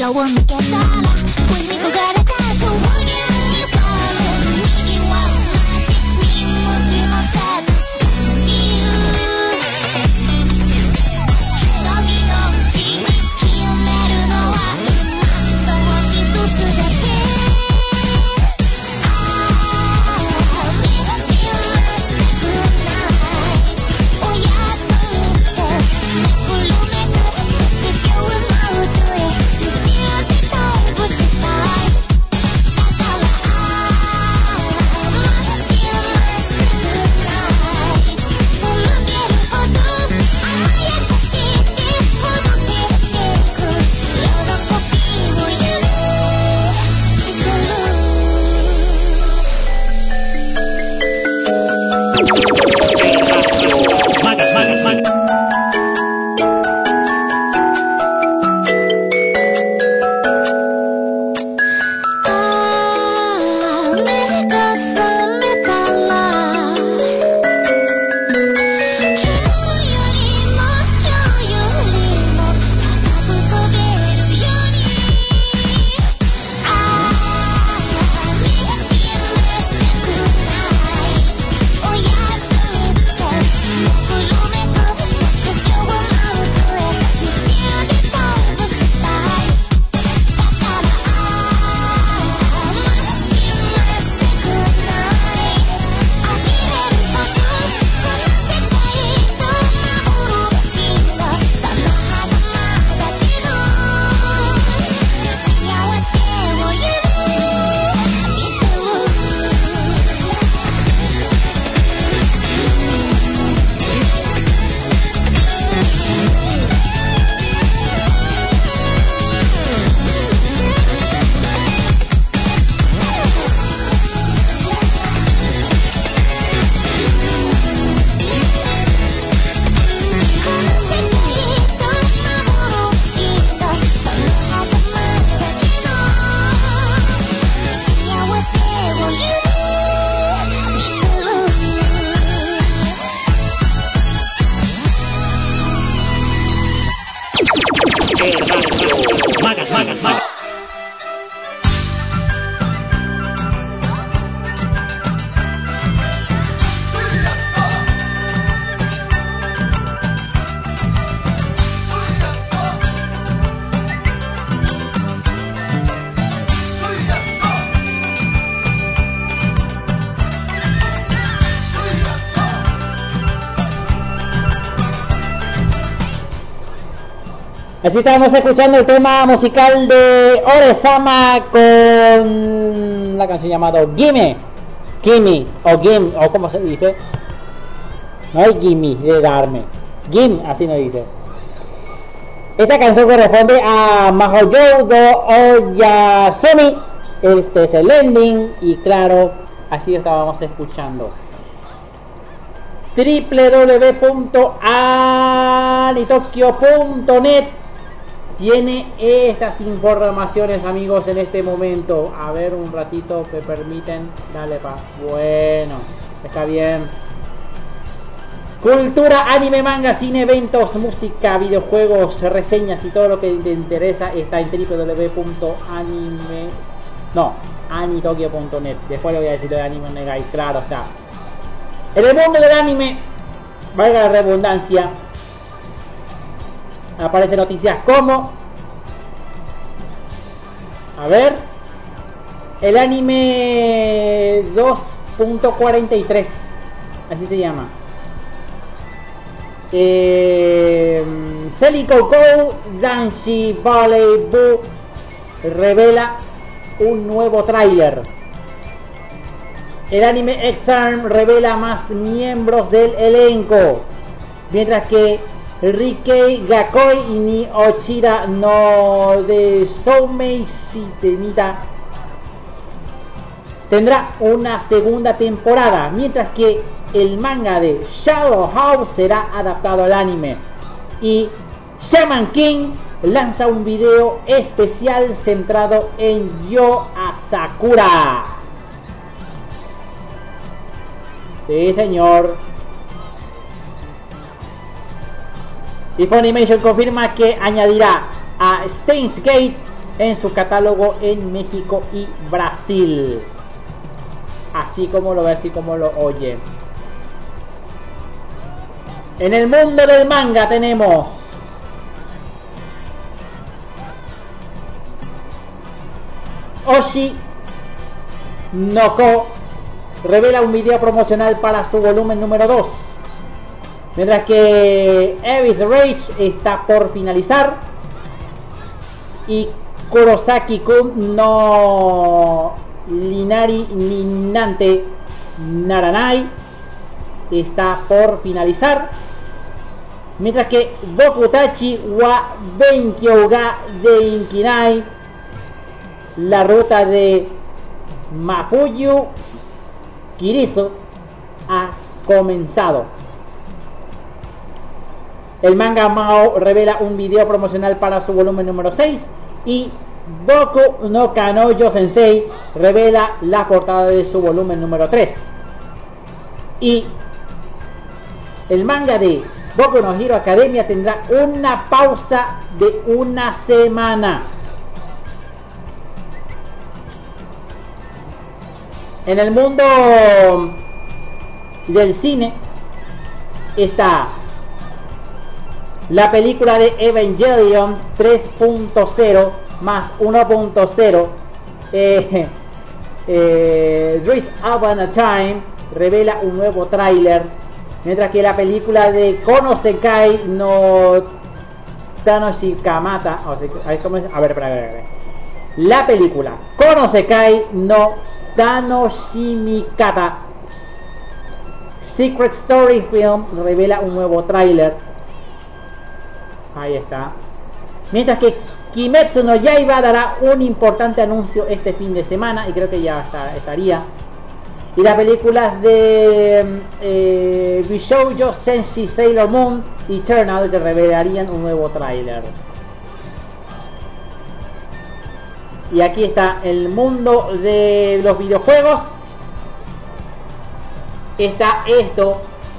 路を抜けたら追いに焦がれた峠にファレルに言わずまじ見向きもせず言う瞳の内に清めるのは今そう一つだけ Así estábamos escuchando el tema musical de Ore-sama con la canción llamada Gimme, Gimme o Gim, o como se dice. No hay Gimme de darme, Gim, así no dice. Esta canción corresponde a Mahoujo Oyasumi. Este es el ending y claro, así lo estábamos escuchando. www.anitokyo.net tiene estas informaciones, amigos, en este momento. A ver, un ratito, me permiten. Dale, pa. Bueno, está bien. Cultura, anime, manga, cine, eventos, música, videojuegos, reseñas y todo lo que te interesa está en anitokyo.net. Después le voy a decir lo de Anime Negai, claro, o sea. En el mundo del anime, valga la redundancia, aparecen noticias como, a ver, el anime 2.43, así se llama. Celico Go Danshi Valley Boo revela un nuevo tráiler. El anime X-Arm revela más miembros del elenco, mientras que Rikei Gakoi ni Ochira no de Soumei Shitenita tendrá una segunda temporada, mientras que el manga de Shadow House será adaptado al anime. Y Shaman King lanza un video especial centrado en Yo Asakura. Sí, señor. Y Funimation confirma que añadirá a Steins Gate en su catálogo en México y Brasil. Así como lo ve, así como lo oye. En el mundo del manga tenemos Oshi no Ko revela un video promocional para su volumen número 2. Mientras que Abyss Rage está por finalizar. Y Kurosaki-kun no Linari Ninante Naranai está por finalizar. Mientras que Bokutachi wa Benkyou ga Deinkinai, la ruta de Mafuyu Kiriso, ha comenzado. El manga Mao revela un video promocional para su volumen número 6 y Boku no Kanojo Sensei revela la portada de su volumen número 3. Y el manga de Boku no Hero Academia tendrá una pausa de una semana. En el mundo del cine está la película de Evangelion 3.0 más 1.0. Dreams Upon a Time revela un nuevo tráiler, mientras que la película de Konosekai no Tanoshikamata, a ver. La película Konosekai no Tanoshimikata Secret Story Film revela un nuevo tráiler. Ahí está. Mientras que Kimetsu no Yaiba dará un importante anuncio este fin de semana, y creo que ya estaría. Y las películas de Bishoujo Senshi Sailor Moon y Eternal que revelarían un nuevo tráiler. Y aquí está el mundo de los videojuegos. Está esto.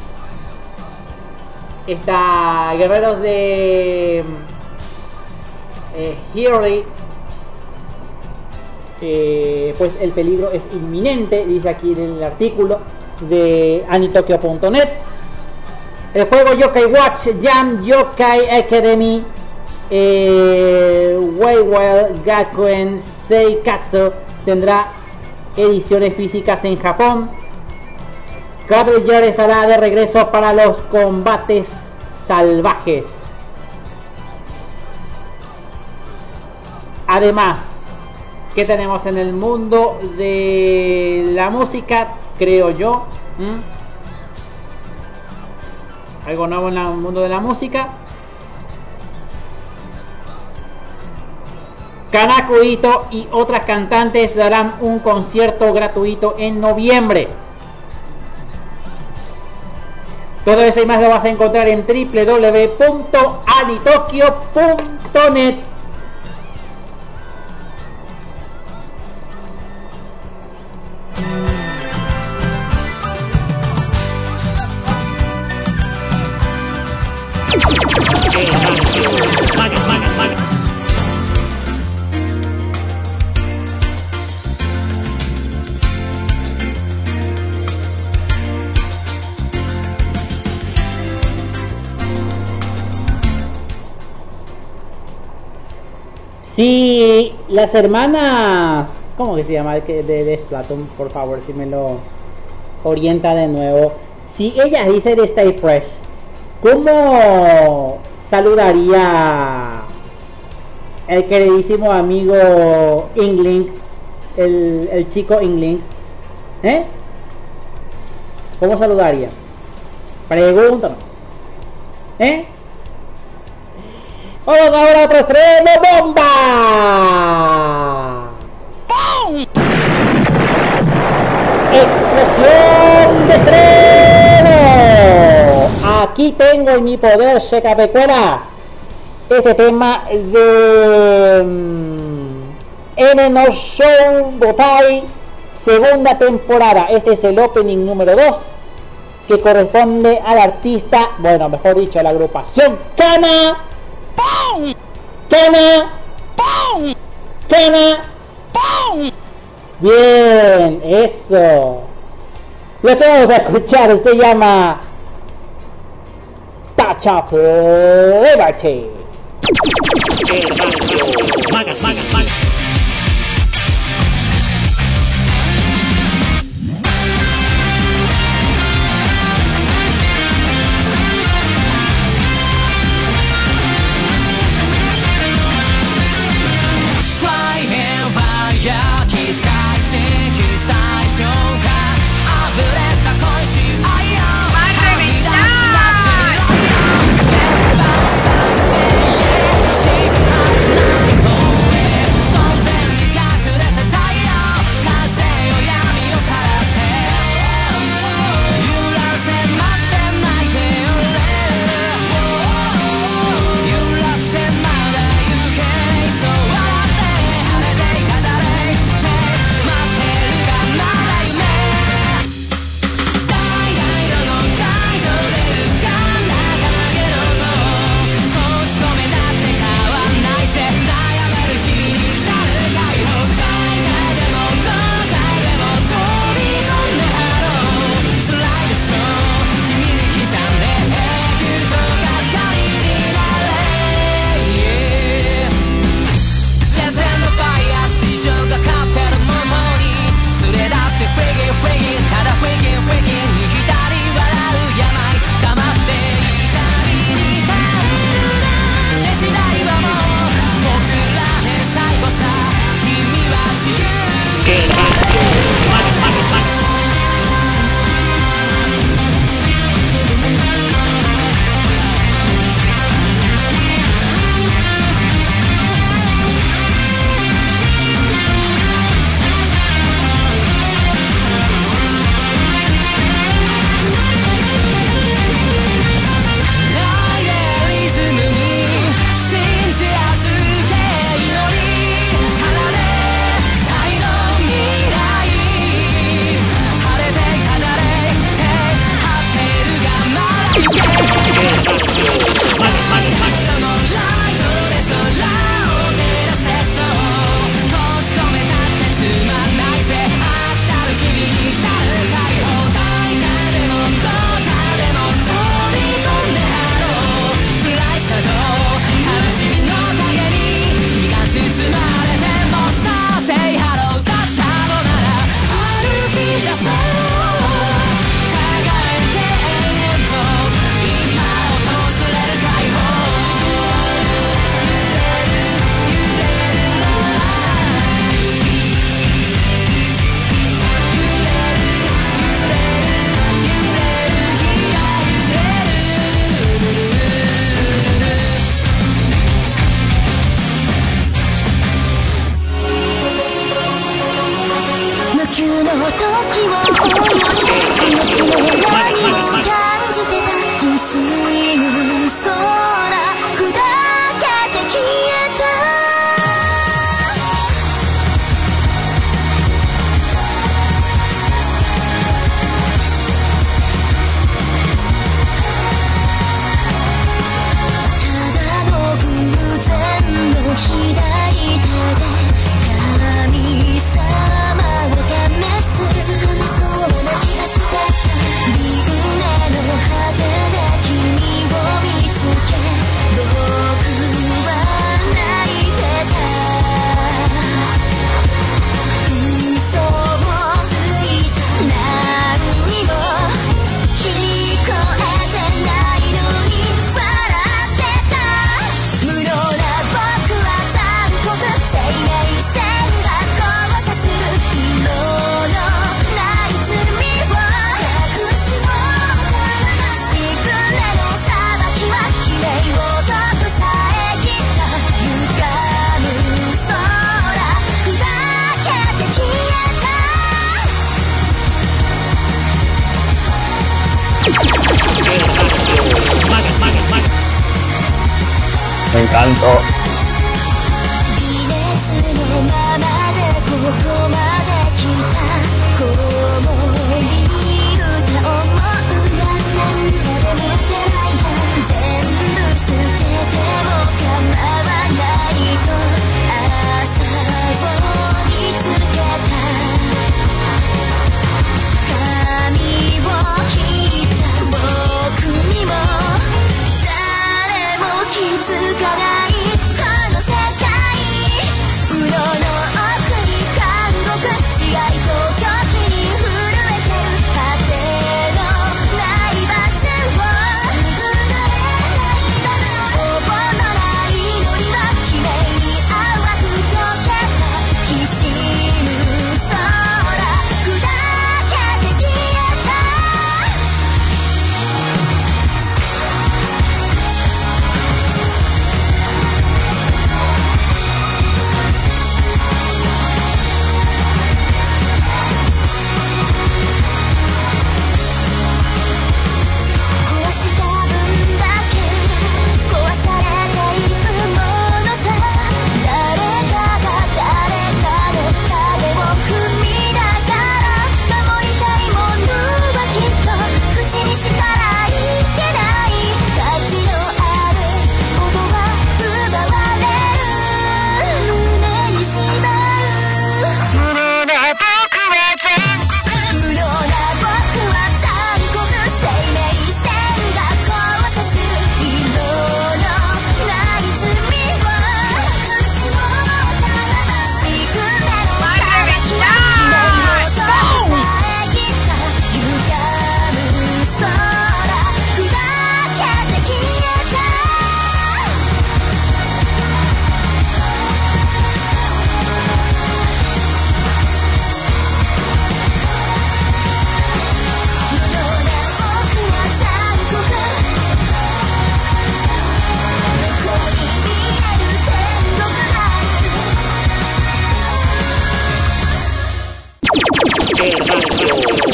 Está Guerreros de Hero. Pues el peligro es inminente, dice aquí en el artículo de anitokyo.net. El juego Yokai Watch Jam Yokai Academy Waywell Gakuen Seikatsu tendrá ediciones físicas en Japón. Caballero estará de regreso para los combates salvajes. Además, ¿qué tenemos en el mundo de la música? Creo yo. Algo nuevo en el mundo de la música. Kanako Ito y otras cantantes darán un concierto gratuito en noviembre. Todo eso y más lo vas a encontrar en www.anitokyo.net. Si las hermanas, ¿cómo que se llama? De Splatoon, por favor, si me lo orienta de nuevo. Si ella dice de Stay Fresh, ¿cómo saludaría el queridísimo amigo Inglink, el chico Inglink? ¿Cómo saludaría? Pregúntame. Vamos ahora a otro estreno, bomba. Explosión de estreno. Aquí tengo en mi poder, Sheka Pecuera, este tema de N no Show Botai, segunda temporada. Este es el opening número 2, que corresponde al artista, bueno, mejor dicho, a la agrupación Kana. Kana. Bien, eso. Lo que vamos a escuchar se llama Touch of Liberty. Me encantó.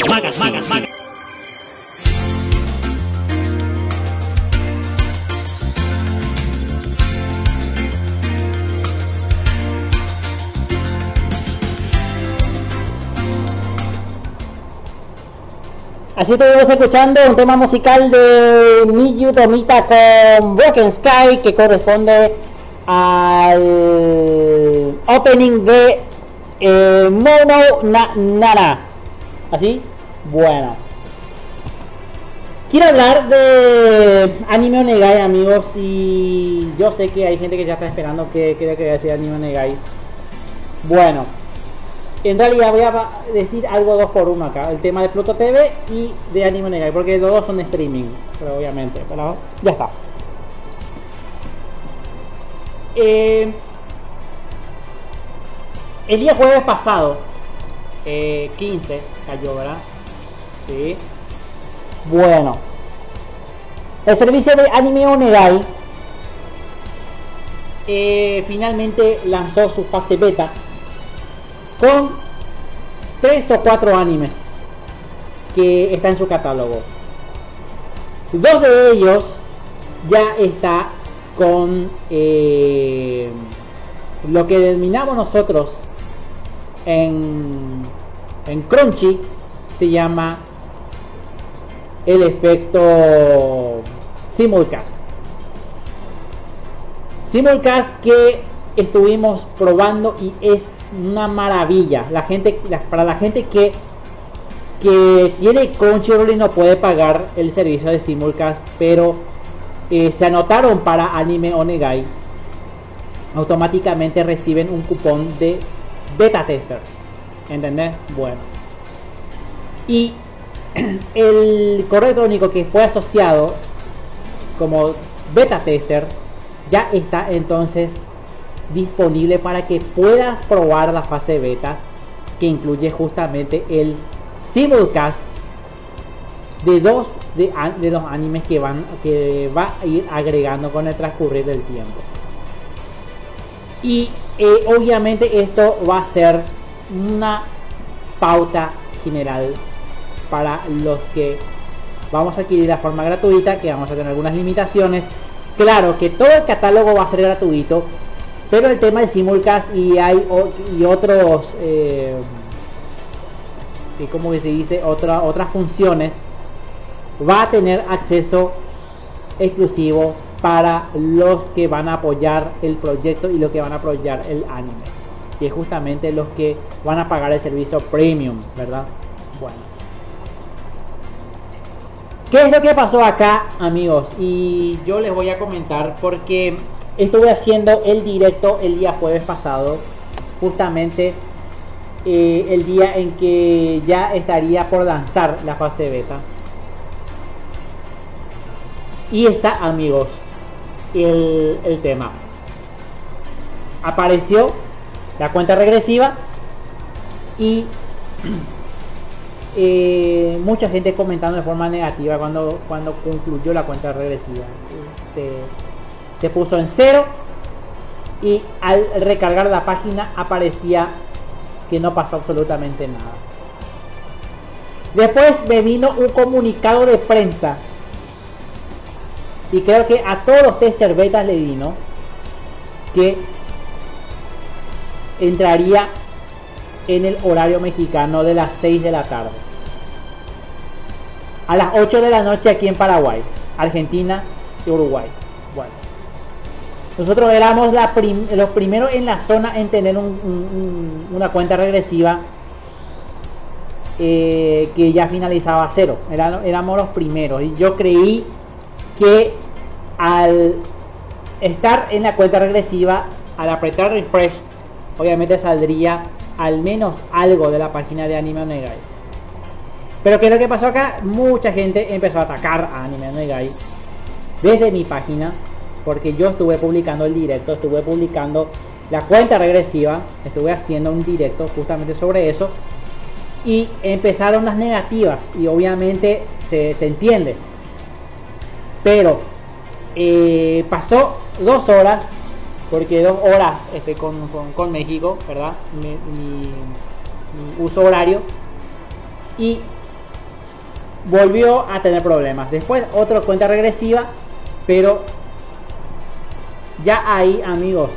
Magazine. Así estuvimos escuchando un tema musical de Miyu Tomita con Broken Sky, que corresponde al opening de Mono Nana. ¿Así? Bueno. Quiero hablar de Anime Onegai, amigos, y yo sé que hay gente que ya está esperando que voy a decir Anime Onegai. Bueno. En realidad voy a decir algo 2x1 acá, el tema de Pluto TV y de Anime Onegai, porque los dos son streaming, pero obviamente, pero ya está. El día jueves pasado, 15 cayó, ¿verdad? Sí. Bueno, el servicio de Anime Onegai finalmente lanzó su fase beta con 3 o 4 animes que está en su catálogo. 2 de ellos ya está con lo que denominamos nosotros en Crunchy, se llama el efecto simulcast. Simulcast que estuvimos probando y es una maravilla. Para la gente que tiene Crunchyroll y no puede pagar el servicio de simulcast, pero se anotaron para Anime Onegai, automáticamente reciben un cupón de beta tester. ¿Entendés? Bueno. Y el correo electrónico que fue asociado como beta tester ya está entonces disponible para que puedas probar la fase beta, que incluye justamente el simulcast de dos de los animes que va a ir agregando con el transcurrir del tiempo. Y obviamente esto va a ser una pauta general para los que vamos a adquirir de forma gratuita, que vamos a tener algunas limitaciones. Claro que todo el catálogo va a ser gratuito, pero el tema del simulcast y otros como que se dice, otras funciones, va a tener acceso exclusivo para los que van a apoyar el proyecto y los que van a apoyar el anime, que es justamente los que van a pagar el servicio premium, ¿verdad? Bueno, ¿qué es lo que pasó acá, amigos? Y yo les voy a comentar porque estuve haciendo el directo el día jueves pasado, justamente el día en que ya estaría por lanzar la fase beta. Y está, amigos, el tema. Apareció la cuenta regresiva y mucha gente comentando de forma negativa cuando concluyó la cuenta regresiva. Se puso en 0 y al recargar la página aparecía que no pasó absolutamente nada. Después me vino un comunicado de prensa y creo que a todos los tester betas le vino que entraría en el horario mexicano de las 6 de la tarde a las 8 de la noche aquí en Paraguay, Argentina y Uruguay. Bueno, nosotros éramos los primeros en la zona en tener una cuenta regresiva que ya finalizaba a 0. Éramos los primeros y yo creí que al estar en la cuenta regresiva, al apretar refresh, obviamente saldría al menos algo de la página de Anime Onegai. Pero ¿qué es lo que pasó acá? Mucha gente empezó a atacar a Anime Onegai desde mi página, porque yo estuve publicando el directo, estuve publicando la cuenta regresiva, estuve haciendo un directo justamente sobre eso, y empezaron las negativas, y obviamente se entiende. Pero pasó 2 horas, porque 2 horas con México, ¿verdad? Mi uso horario, y volvió a tener problemas. Después otra cuenta regresiva, pero ya ahí, amigos,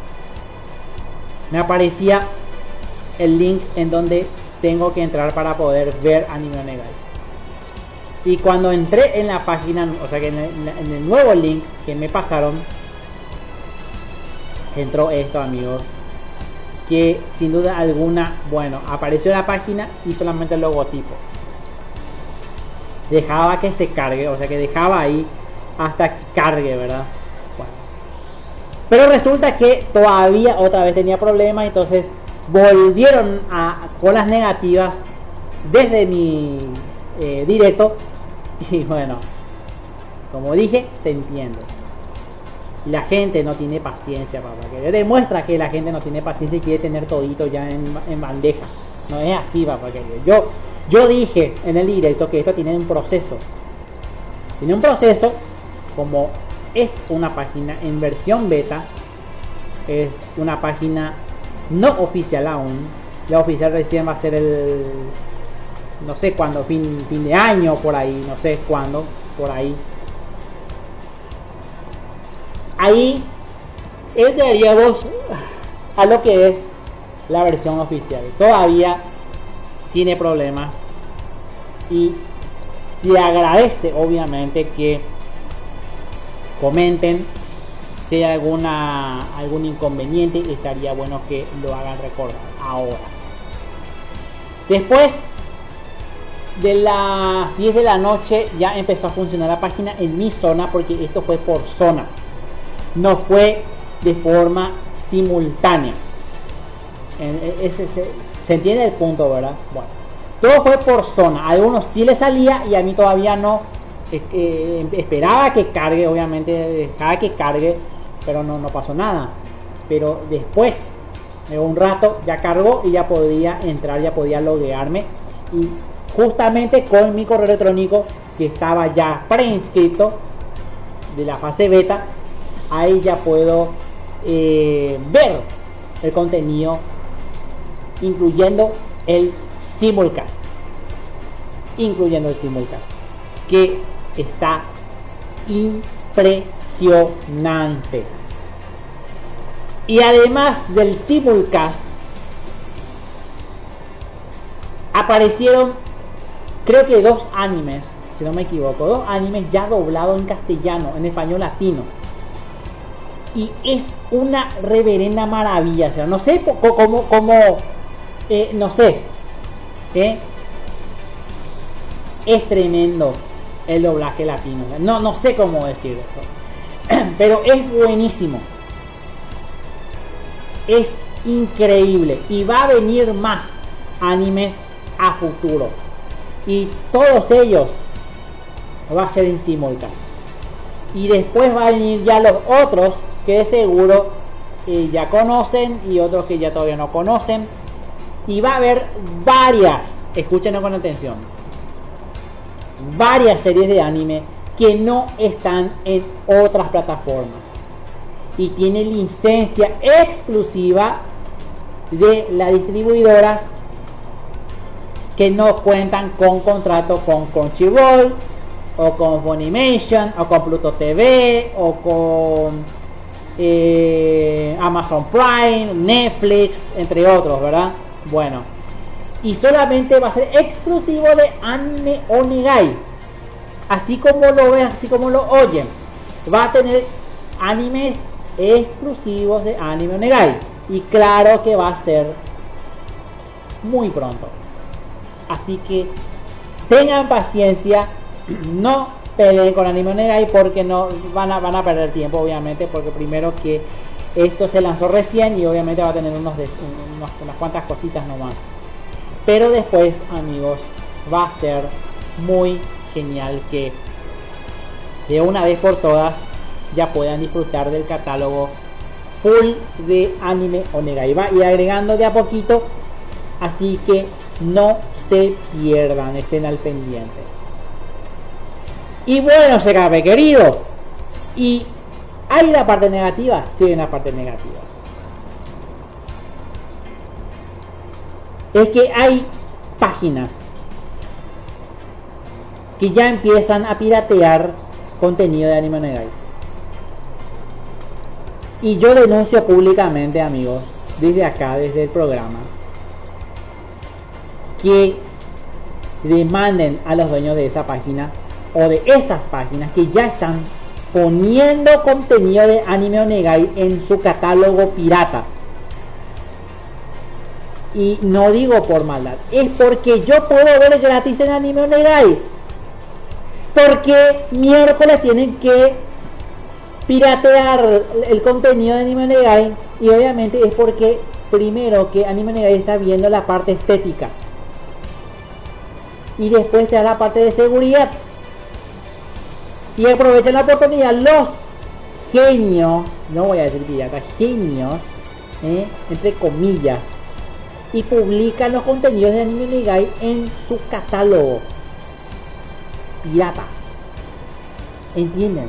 me aparecía el link en donde tengo que entrar para poder ver Anime Onegai. Y cuando entré en la página, o sea que en el nuevo link que me pasaron, entró esto, amigos, que sin duda alguna, bueno, apareció la página y solamente el logotipo. Dejaba que se cargue, o sea que dejaba ahí hasta que cargue, ¿verdad? Bueno. Pero resulta que todavía otra vez tenía problemas, entonces volvieron con las negativas desde mi directo. Y bueno, como dije, se entiende. La gente no tiene paciencia, papá. Que demuestra que la gente no tiene paciencia y quiere tener todito ya en bandeja. No es así, papá. Que yo dije en el directo que esto tiene un proceso. Tiene un proceso, como es una página en versión beta. Es una página no oficial aún. La oficial recién va a ser el... no sé cuándo, fin de año, por ahí. No sé cuándo, por ahí. Ahí entraríamos a lo que es la versión oficial. Todavía tiene problemas y se agradece obviamente que comenten si hay algún inconveniente. Estaría bueno que lo hagan recordar ahora. Después de las 10 de la noche ya empezó a funcionar la página en mi zona, porque esto fue por zona, no fue de forma simultánea. Se entiende el punto, ¿verdad? Bueno, todo fue por zona. A algunos sí le salía y a mí todavía no. Esperaba que cargue, obviamente dejaba que cargue, pero no pasó nada. Pero después de un rato ya cargó y ya podía entrar, ya podía loguearme, y justamente con mi correo electrónico que estaba ya preinscrito de la fase beta, ahí ya puedo ver el contenido, incluyendo el simulcast, que está impresionante. Y además del simulcast aparecieron, creo que 2 animes, si no me equivoco, 2 animes ya doblados en castellano, en español latino. Y es una reverenda maravilla. O sea, no sé cómo no sé, es tremendo el doblaje latino. No sé cómo decir esto, pero es buenísimo, es increíble, y va a venir más animes a futuro, y todos ellos va a ser en simultáneo. Y después va a venir ya los otros que de seguro ya conocen, y otros que ya todavía no conocen. Y va a haber varias, escúchenlo con atención, varias series de anime que no están en otras plataformas y tienen licencia exclusiva de las distribuidoras que no cuentan con contrato con Crunchyroll, o con Funimation, o con Pluto TV, o con Amazon Prime, Netflix, entre otros, ¿verdad? Bueno, y solamente va a ser exclusivo de Anime Onegai, así como lo ven, así como lo oyen. Va a tener animes exclusivos de Anime Onegai, y claro que va a ser muy pronto. Así que tengan paciencia, no peleen con Anime Onegai, porque no van a perder tiempo, obviamente, porque primero que esto se lanzó recién y obviamente va a tener unas cuantas cositas nomás. Pero después, amigos, va a ser muy genial que de una vez por todas ya puedan disfrutar del catálogo full de Anime Onegai. Va a ir agregando de a poquito, así que no se pierdan, estén al pendiente. Y bueno, se cabe, querido. ¿Y hay la parte negativa? Sí, hay una parte negativa. Es que hay páginas que ya empiezan a piratear contenido de Anime Negai. Y yo denuncio públicamente, amigos, desde acá, desde el programa, que demanden a los dueños de esa página o de esas páginas que ya están poniendo contenido de Anime Negai en su catálogo pirata. Y no digo por maldad, es porque yo puedo ver gratis en Anime Negai. Porque miércoles tienen que piratear el contenido de Anime Negai. Y obviamente es porque primero que Anime Negai está viendo la parte estética. Y después te da la parte de seguridad. Y aprovechan la oportunidad los genios, no voy a decir piratas, genios, entre comillas, y publican los contenidos de Anime Negai en su catálogo pirata. ¿Entienden?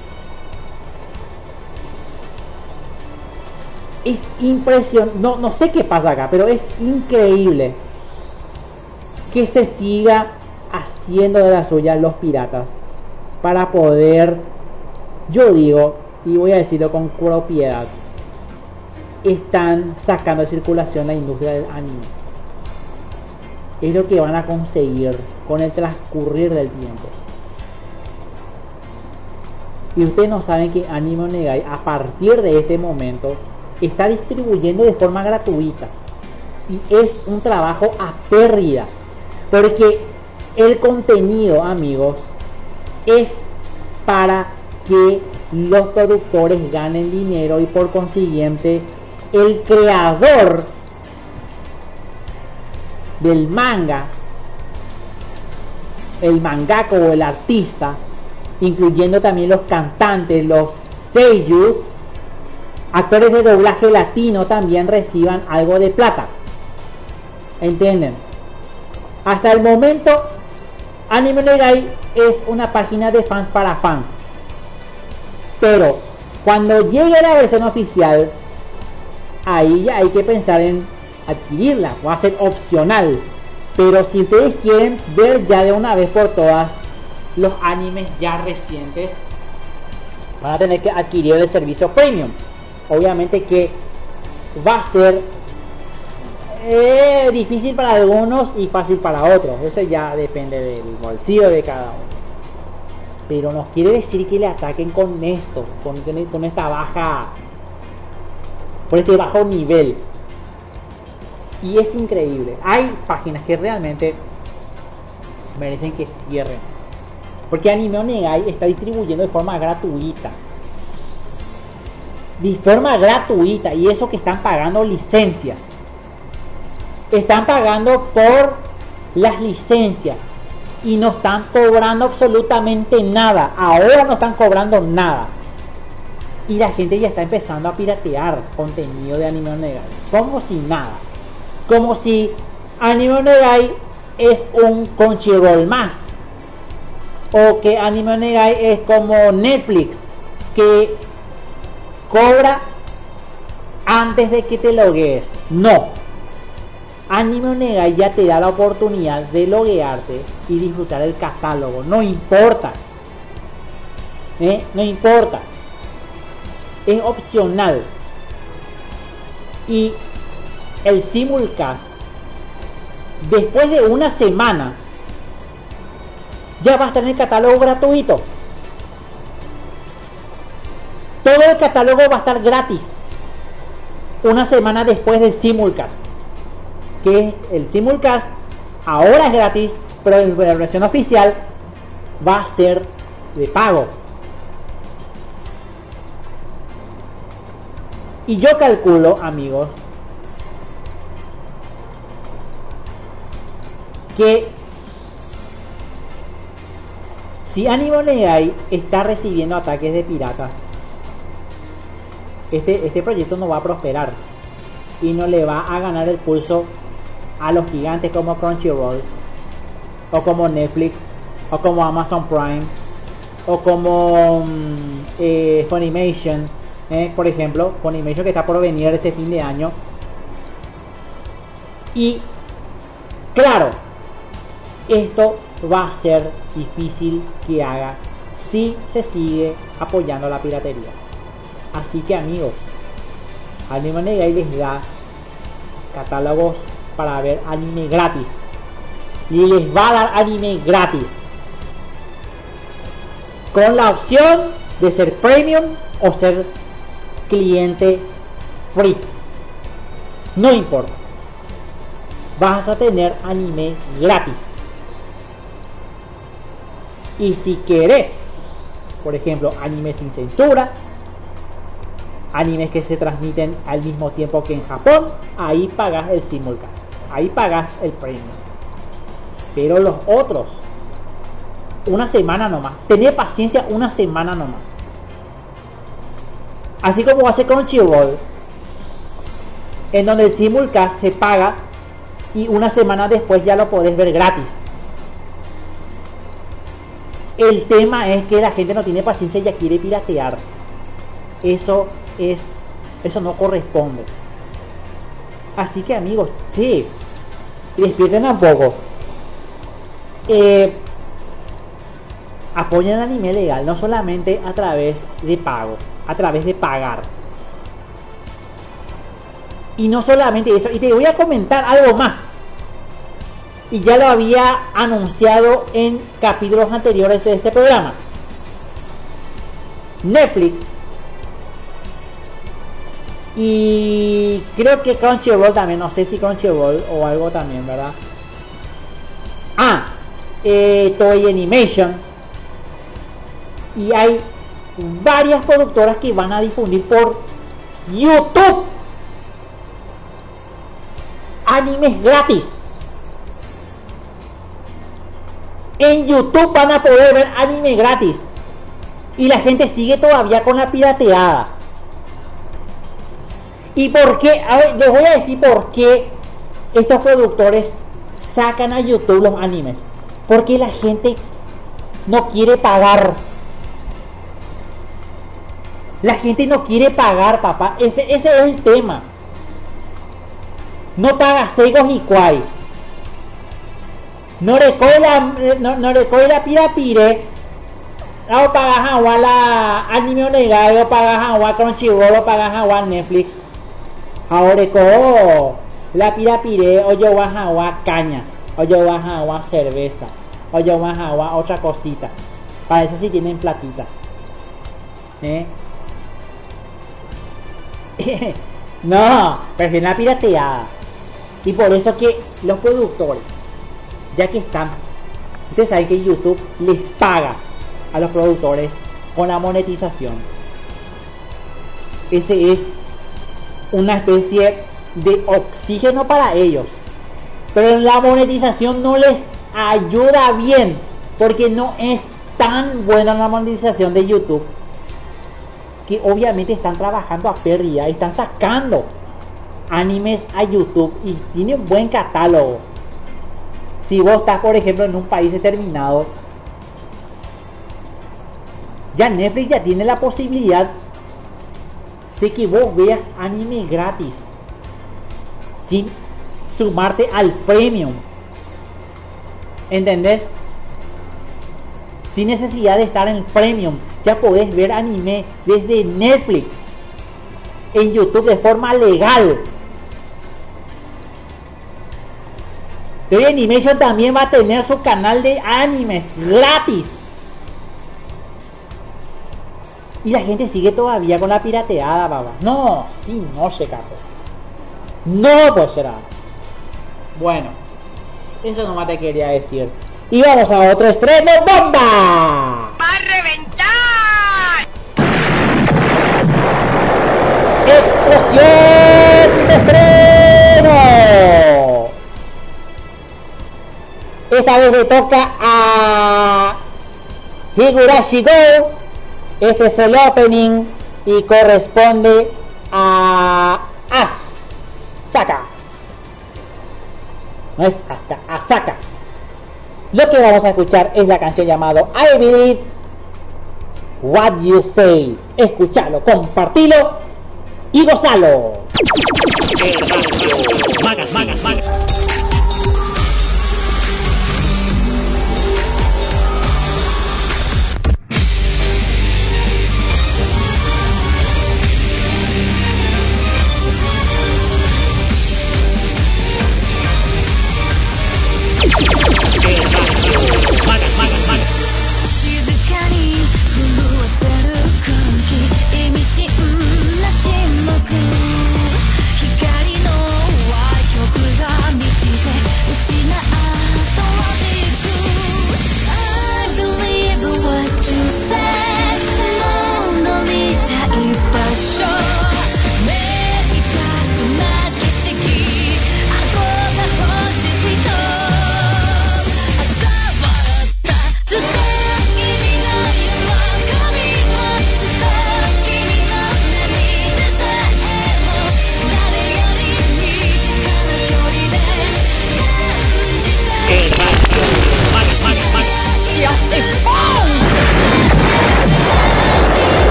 Es impresionante. No sé qué pasa acá, pero es increíble que se siga haciendo de las suyas los piratas para poder, yo digo, y voy a decirlo con propiedad, están sacando de circulación la industria del anime. Es lo que van a conseguir con el transcurrir del tiempo. Y ustedes no saben que Anime Negai a partir de este momento está distribuyendo de forma gratuita. Y es un trabajo a pérdida. Porque el contenido, amigos, es para que los productores ganen dinero y por consiguiente el creador del manga, el mangaka o el artista, incluyendo también los cantantes, los seiyus, actores de doblaje latino, también reciban algo de plata. ¿Entienden? Hasta el momento Anime Negai es una página de fans para fans, pero cuando llegue la versión oficial, ahí ya hay que pensar en adquirirla, va a ser opcional. Pero si ustedes quieren ver ya de una vez por todas los animes ya recientes, van a tener que adquirir el servicio premium. Obviamente que va a ser difícil para algunos y fácil para otros. Eso ya depende del bolsillo de cada uno. Pero nos quiere decir que le ataquen con esto, con esta baja, por este bajo nivel. Y es increíble. Hay páginas que realmente merecen que cierren, porque Anime Negai está distribuyendo de forma gratuita. De forma gratuita. Y eso que están pagando licencias. Están pagando por las licencias. Y no están cobrando absolutamente nada. Ahora no están cobrando nada. Y la gente ya está empezando a piratear contenido de Anime Negai. Como si nada. Como si Anime Negai es un Crunchyroll más. O que Anime Negai es como Netflix, que cobra antes de que te loguees. No. Anime Negai ya te da la oportunidad de loguearte y disfrutar el catálogo. No importa. No importa. Es opcional. Y el simulcast, después de una semana, ya va a estar en el catálogo gratuito. Todo el catálogo va a estar gratis una semana después del simulcast. Que el simulcast ahora es gratis, pero en la versión oficial va a ser de pago. Y yo calculo, amigos, que si Anime Negai está recibiendo ataques de piratas, este proyecto no va a prosperar y no le va a ganar el pulso a los gigantes como Crunchyroll, o como Netflix, o como Amazon Prime, o como Funimation, por ejemplo, Funimation, que está por venir este fin de año. Y claro, esto va a ser difícil que haga si se sigue apoyando la piratería. Así que amigos, Anime Negai les da catálogos para ver anime gratis y les va a dar anime gratis con la opción de ser premium o ser cliente free. No importa, vas a tener anime gratis. Y si querés, por ejemplo, anime sin censura, animes que se transmiten al mismo tiempo que en Japón, ahí pagas el simulcast, ahí pagas el premium. Pero los otros, una semana nomás, tené paciencia, una semana nomás. Así como hace Crunchyroll, en donde el simulcast se paga y una semana después ya lo podés ver gratis. El tema es que la gente no tiene paciencia y ya quiere piratear. Eso no corresponde. Así que amigos, sí, despierten un poco. Apoyen el anime legal, no solamente a través de pago, a través de pagar. Y no solamente eso, y te voy a comentar algo más. Y ya lo había anunciado en capítulos anteriores de este programa. Netflix y creo que Crunchyroll también, no sé si Crunchyroll o algo también, ¿verdad? Toei Animation, y hay varias productoras que van a difundir por YouTube animes gratis. En YouTube van a poder ver anime gratis. Y la gente sigue todavía con la pirateada. ¿Y por qué? A ver, les voy a decir por qué estos productores sacan a YouTube los animes. Porque la gente no quiere pagar. La gente no quiere pagar, papá. Ese es el tema. No paga Seigos y Kwai. No recuerda pirapire. No pagas agua la Anime Negai, o pagas agua Crunchyroll, o pagas agua Netflix. Ahora la pirapire, o yo vas agua caña, o yo vas agua cerveza, o yo vas agua otra cosita. Para eso sí tienen platita. No, prefieren la pirateada. Y por eso que los productores, ya que están, ustedes saben que YouTube les paga a los productores con la monetización. Ese es una especie de oxígeno para ellos, pero la monetización no les ayuda bien, porque no es tan buena la monetización de YouTube, que obviamente están trabajando a pérdida, están sacando animes a YouTube y tienen buen catálogo. Si vos estás, por ejemplo, en un país determinado, ya Netflix ya tiene la posibilidad de que vos veas anime gratis sin sumarte al premium. ¿Entendés? Sin necesidad de estar en el premium, ya podés ver anime desde Netflix en YouTube de forma legal. Toei Animation también va a tener su canal de animes gratis. Y la gente sigue todavía con la pirateada, baba. No, sí, no se capó. No pues será. Bueno, eso nomás te quería decir. Y vamos a otro estreno bomba. ¡Va a reventar! ¡Explosión de estreno! Esta vez le toca a Higurashi Go. Este es el opening y corresponde a Asaka. No es hasta Asaka. Lo que vamos a escuchar es la canción llamado I Believe What You Say. Escuchalo, compartilo y gozalo.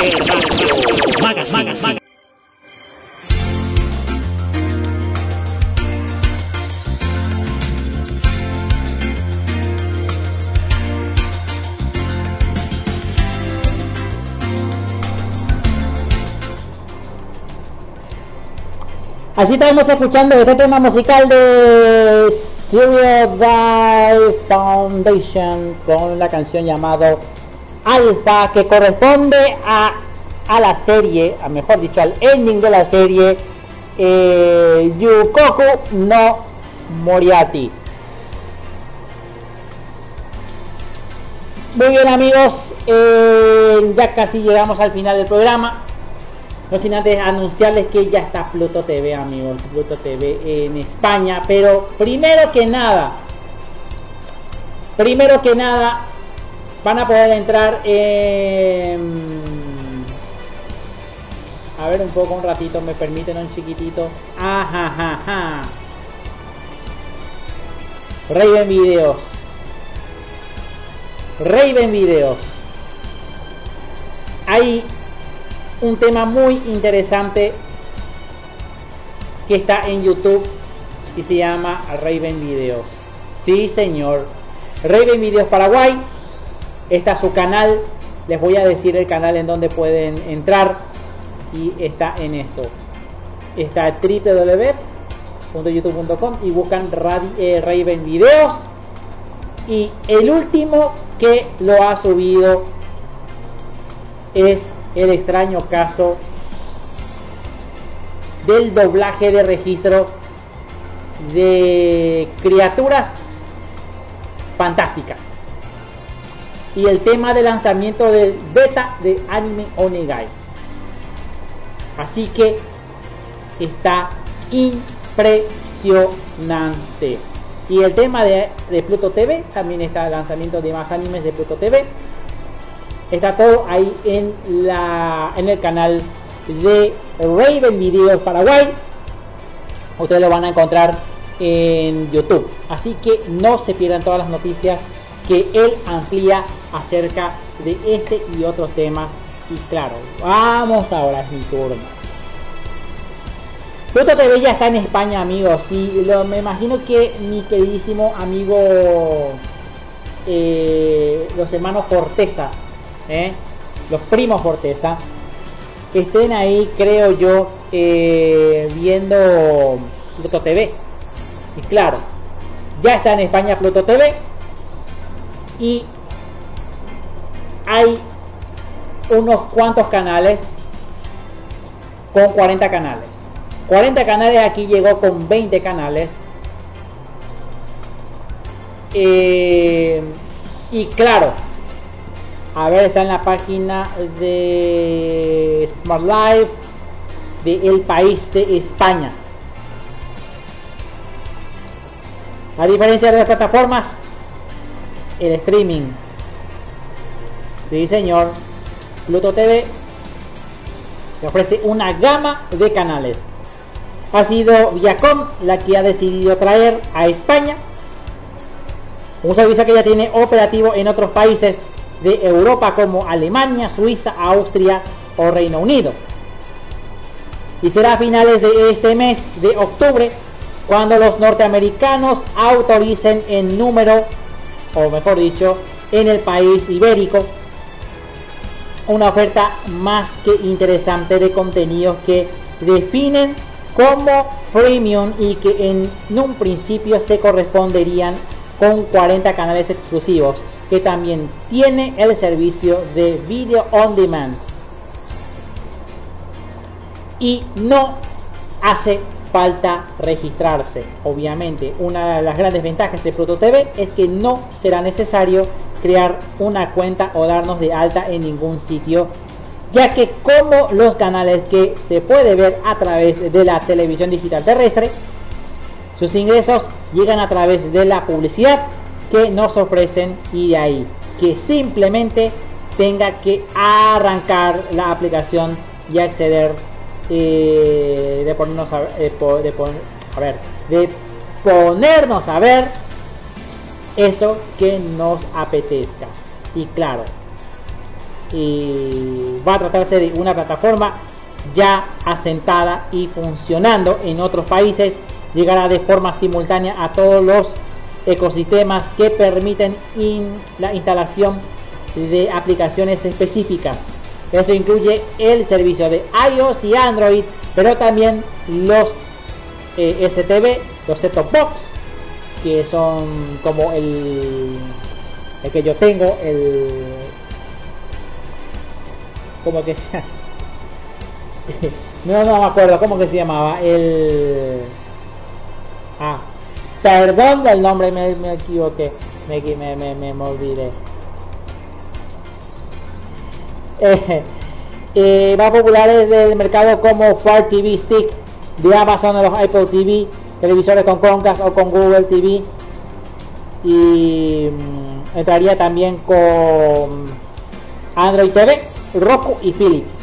Magazine. Así estamos escuchando este tema musical de Stereo Dive Foundation con la canción llamado Alpha, que corresponde a la serie, mejor dicho, al ending de la serie Yukoku no Moriarty. Muy bien, amigos, ya casi llegamos al final del programa. No sin antes anunciarles que ya está Pluto TV, amigos, Pluto TV en España. Pero primero que nada van a poder entrar en... A ver, un ratito, me permiten un chiquitito. Raven Videos. Hay un tema muy interesante que está en YouTube y se llama Raven Videos. Sí, señor. Raven Videos Paraguay. Está su canal. Les voy a decir el canal en donde pueden entrar. Y está en esto. Está www.youtube.com y buscan Raven Videos. Y el último que lo ha subido es el extraño caso del doblaje de registro de Criaturas Fantásticas y el tema de lanzamiento del beta de Anime Onegai. Así que está impresionante. Y el tema de Pluto TV, también está el lanzamiento de más animes de Pluto TV. Está todo ahí en el canal de Raven Videos Paraguay. Ustedes lo van a encontrar en YouTube. Así que no se pierdan todas las noticias que él amplía acerca de este y otros temas. Y claro, vamos ahora, es mi turno. Pluto TV ya está en España, amigos. Sí, me imagino que mi queridísimo amigo los hermanos Forteza, los primos Forteza, estén ahí, creo yo, viendo Pluto TV. Y claro, ya está en España Pluto TV y hay unos cuantos canales con 40 canales. 40 canales, aquí llegó con 20 canales. Y claro, a ver, está en la página de Smart Life de El País de España. A diferencia de las plataformas, el streaming, sí señor, Pluto TV te ofrece una gama de canales. Ha sido Viacom la que ha decidido traer a España un servicio que ya tiene operativo en otros países de Europa como Alemania, Suiza, Austria o Reino Unido. Y será a finales de este mes de octubre cuando los norteamericanos autoricen en número, o mejor dicho, en el país ibérico, una oferta más que interesante de contenidos que definen como premium y que en un principio se corresponderían con 40 canales exclusivos, que también tiene el servicio de video on demand. Y no hace falta registrarse. Obviamente, una de las grandes ventajas de Pluto TV es que no será necesario crear una cuenta o darnos de alta en ningún sitio, ya que como los canales que se puede ver a través de la televisión digital terrestre, sus ingresos llegan a través de la publicidad que nos ofrecen, y de ahí que simplemente tenga que arrancar la aplicación y acceder, de ponernos a ver eso que nos apetezca. Y claro, va a tratarse de una plataforma ya asentada y funcionando en otros países. Llegará de forma simultánea a todos los ecosistemas que permiten la instalación de aplicaciones específicas. Eso incluye el servicio de iOS y Android, pero también los STB, los set-top box, que son como el que yo tengo, como que sea no me acuerdo cómo que se llamaba perdón del nombre, me equivoqué, me olvidé. Más populares del mercado como Fire TV Stick de Amazon, los Apple TV, televisores con Chromecast o con Google TV, y entraría también con Android TV, Roku y Philips.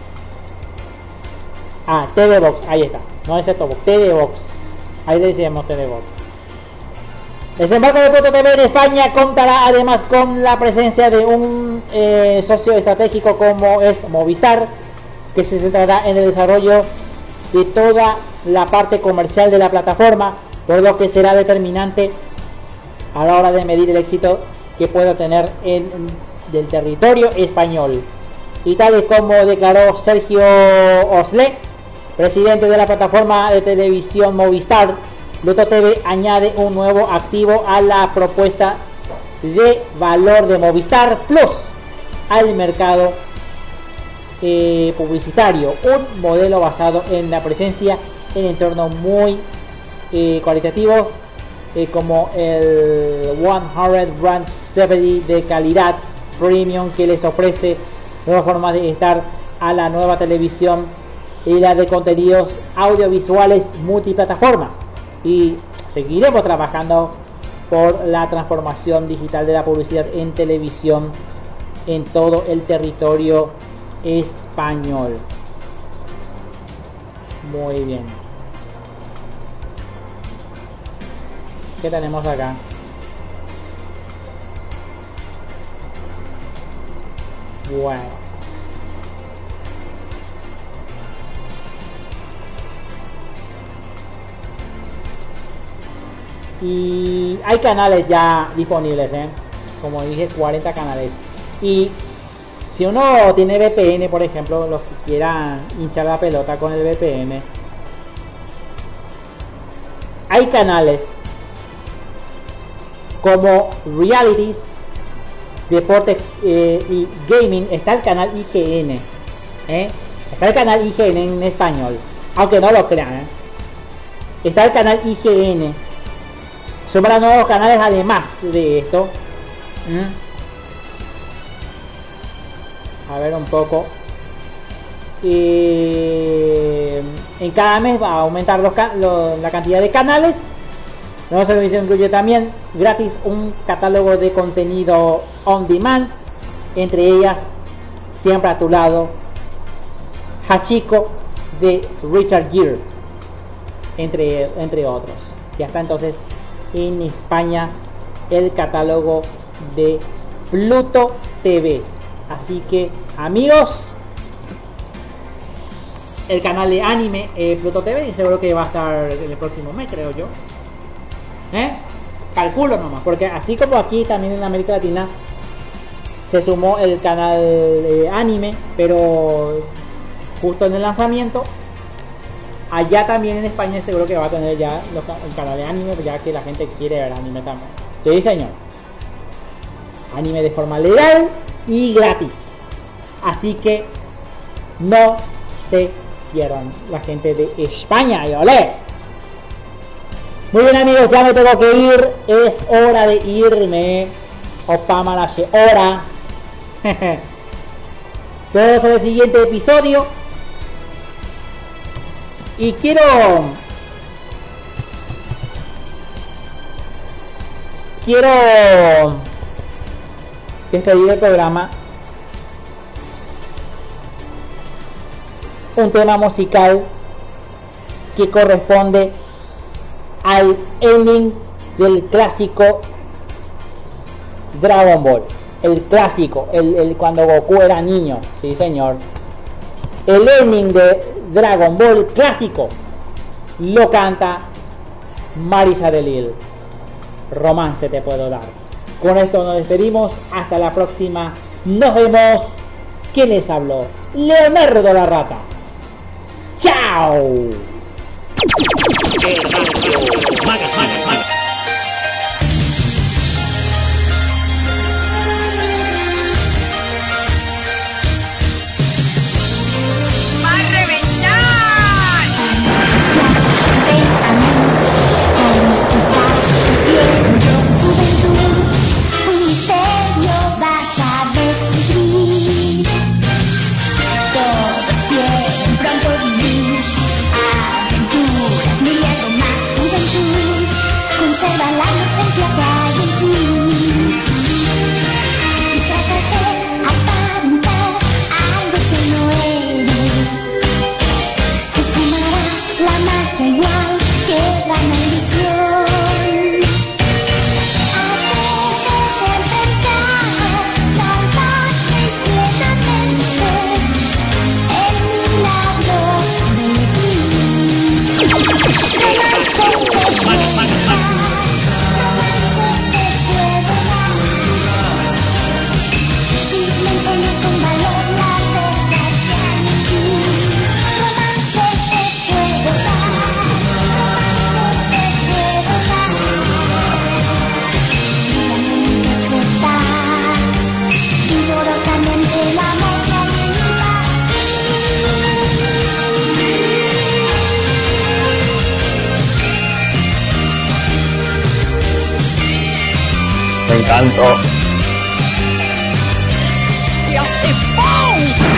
TV Box, ahí está, no es esto, TV Box, ahí le decíamos TV Box. El desembarco de Pluto TV en España contará además con la presencia de un socio estratégico como es Movistar, que se centrará en el desarrollo de toda la parte comercial de la plataforma, por lo que será determinante a la hora de medir el éxito que pueda tener del territorio español. Y tal y como declaró Sergio Osle, presidente de la plataforma de televisión Movistar, Pluto TV añade un nuevo activo a la propuesta de valor de Movistar Plus al mercado publicitario, un modelo basado en la presencia en entornos muy cualitativos, como el 100 Brand 70 de calidad premium, que les ofrece nuevas formas de estar a la nueva televisión y la de contenidos audiovisuales multiplataforma. Y seguiremos trabajando por la transformación digital de la publicidad en televisión en todo el territorio español. Muy bien. ¿Qué tenemos acá? Bueno. Y hay canales ya disponibles, como dije, 40 canales. Y si uno tiene VPN, por ejemplo, los que quieran hinchar la pelota con el VPN, hay canales como realities, deportes y gaming. Está el canal IGN, está el canal IGN en español, aunque no lo crean, está el canal IGN. Son para nuevos canales además de esto. A ver un poco. En cada mes va a aumentar la cantidad de canales. Nuevo servicio incluye también gratis un catálogo de contenido on demand, entre ellas Siempre a tu lado, Hachiko de Richard Gere, entre otros. Ya está entonces en España el catálogo de Pluto TV. Así que, amigos, el canal de anime Pluto TV seguro que va a estar el próximo mes, creo yo. Calculo nomás, porque así como aquí también en América Latina se sumó el canal de anime, pero justo en el lanzamiento. Allá también en España seguro que va a tener ya el canal de anime, ya que la gente quiere ver anime también. Sí, señor. Anime de forma legal y gratis. Así que no se pierdan, la gente de España. Y olé. Muy bien, amigos, ya me tengo que ir. Es hora de irme. Opa malache, hora. Nos vemos en el siguiente episodio. Y quiero despedir el programa un tema musical que corresponde al ending del clásico Dragon Ball. el clásico, el cuando Goku era niño, sí señor. El ending de Dragon Ball clásico lo canta Marisa de Lille. Romance te puedo dar. Con esto nos despedimos, hasta la próxima, nos vemos. ¿Quién les habló? Leonardo la Rata. ¡Chao! ¡Va a reventar! Un misterio vas a descubrir. Todos quieren pronto vivir aventuras, mil y algo más. Juventud, conserva la inocencia que hay en ti. Si tratas de aparentar algo que no eres, se esfumará la magia igual que la maldición. Me encantó. ¡Y hace ¡pum!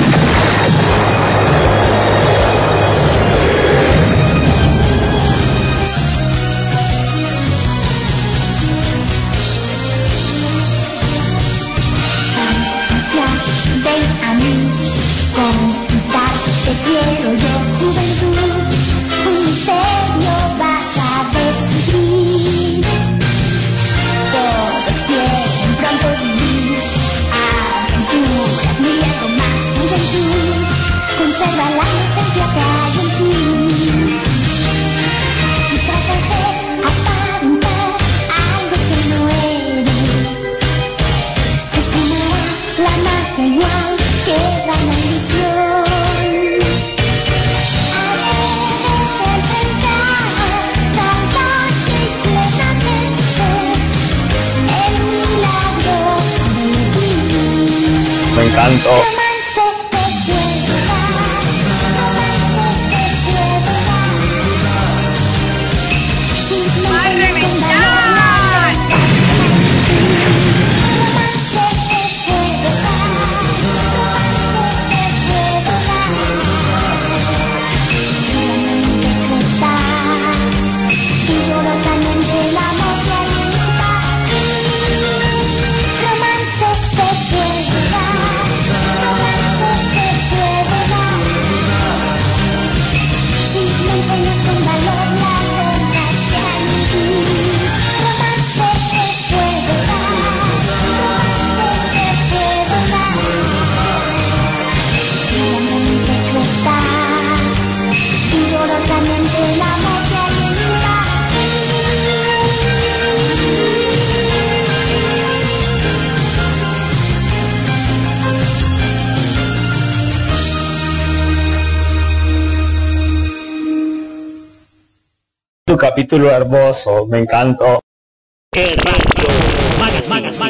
Ven a mí, conquistar, te quiero yo, juventud. Un misterio vas a descubrir. Todos quieren pronto vivir aventuras, mil y algo más. Juventud, conserva la inocencia que hay en ti. Si tratas de aparentar algo que no eres, se esfumará la magia igual que la maldición. A veces enfrentar salvaje y plenamente el milagro de vivir. Me encantó. Romance te quiero dar, romance te quiero dar. Si me ¡Va a enseñas con reventar! valor la romance te puedo dar, romance te puedo dar. Realmente está vigorosamente el amor que alimenta. Romance te puedo dar, romance te puedo dar. Si me enseñas con valor la verdad que hay en ti. Romance te puedo dar, romance te puedo dar. Realmente tú estás vigorosamente el amor que alimenta. Tu capítulo hermoso, me encantó. Magazine.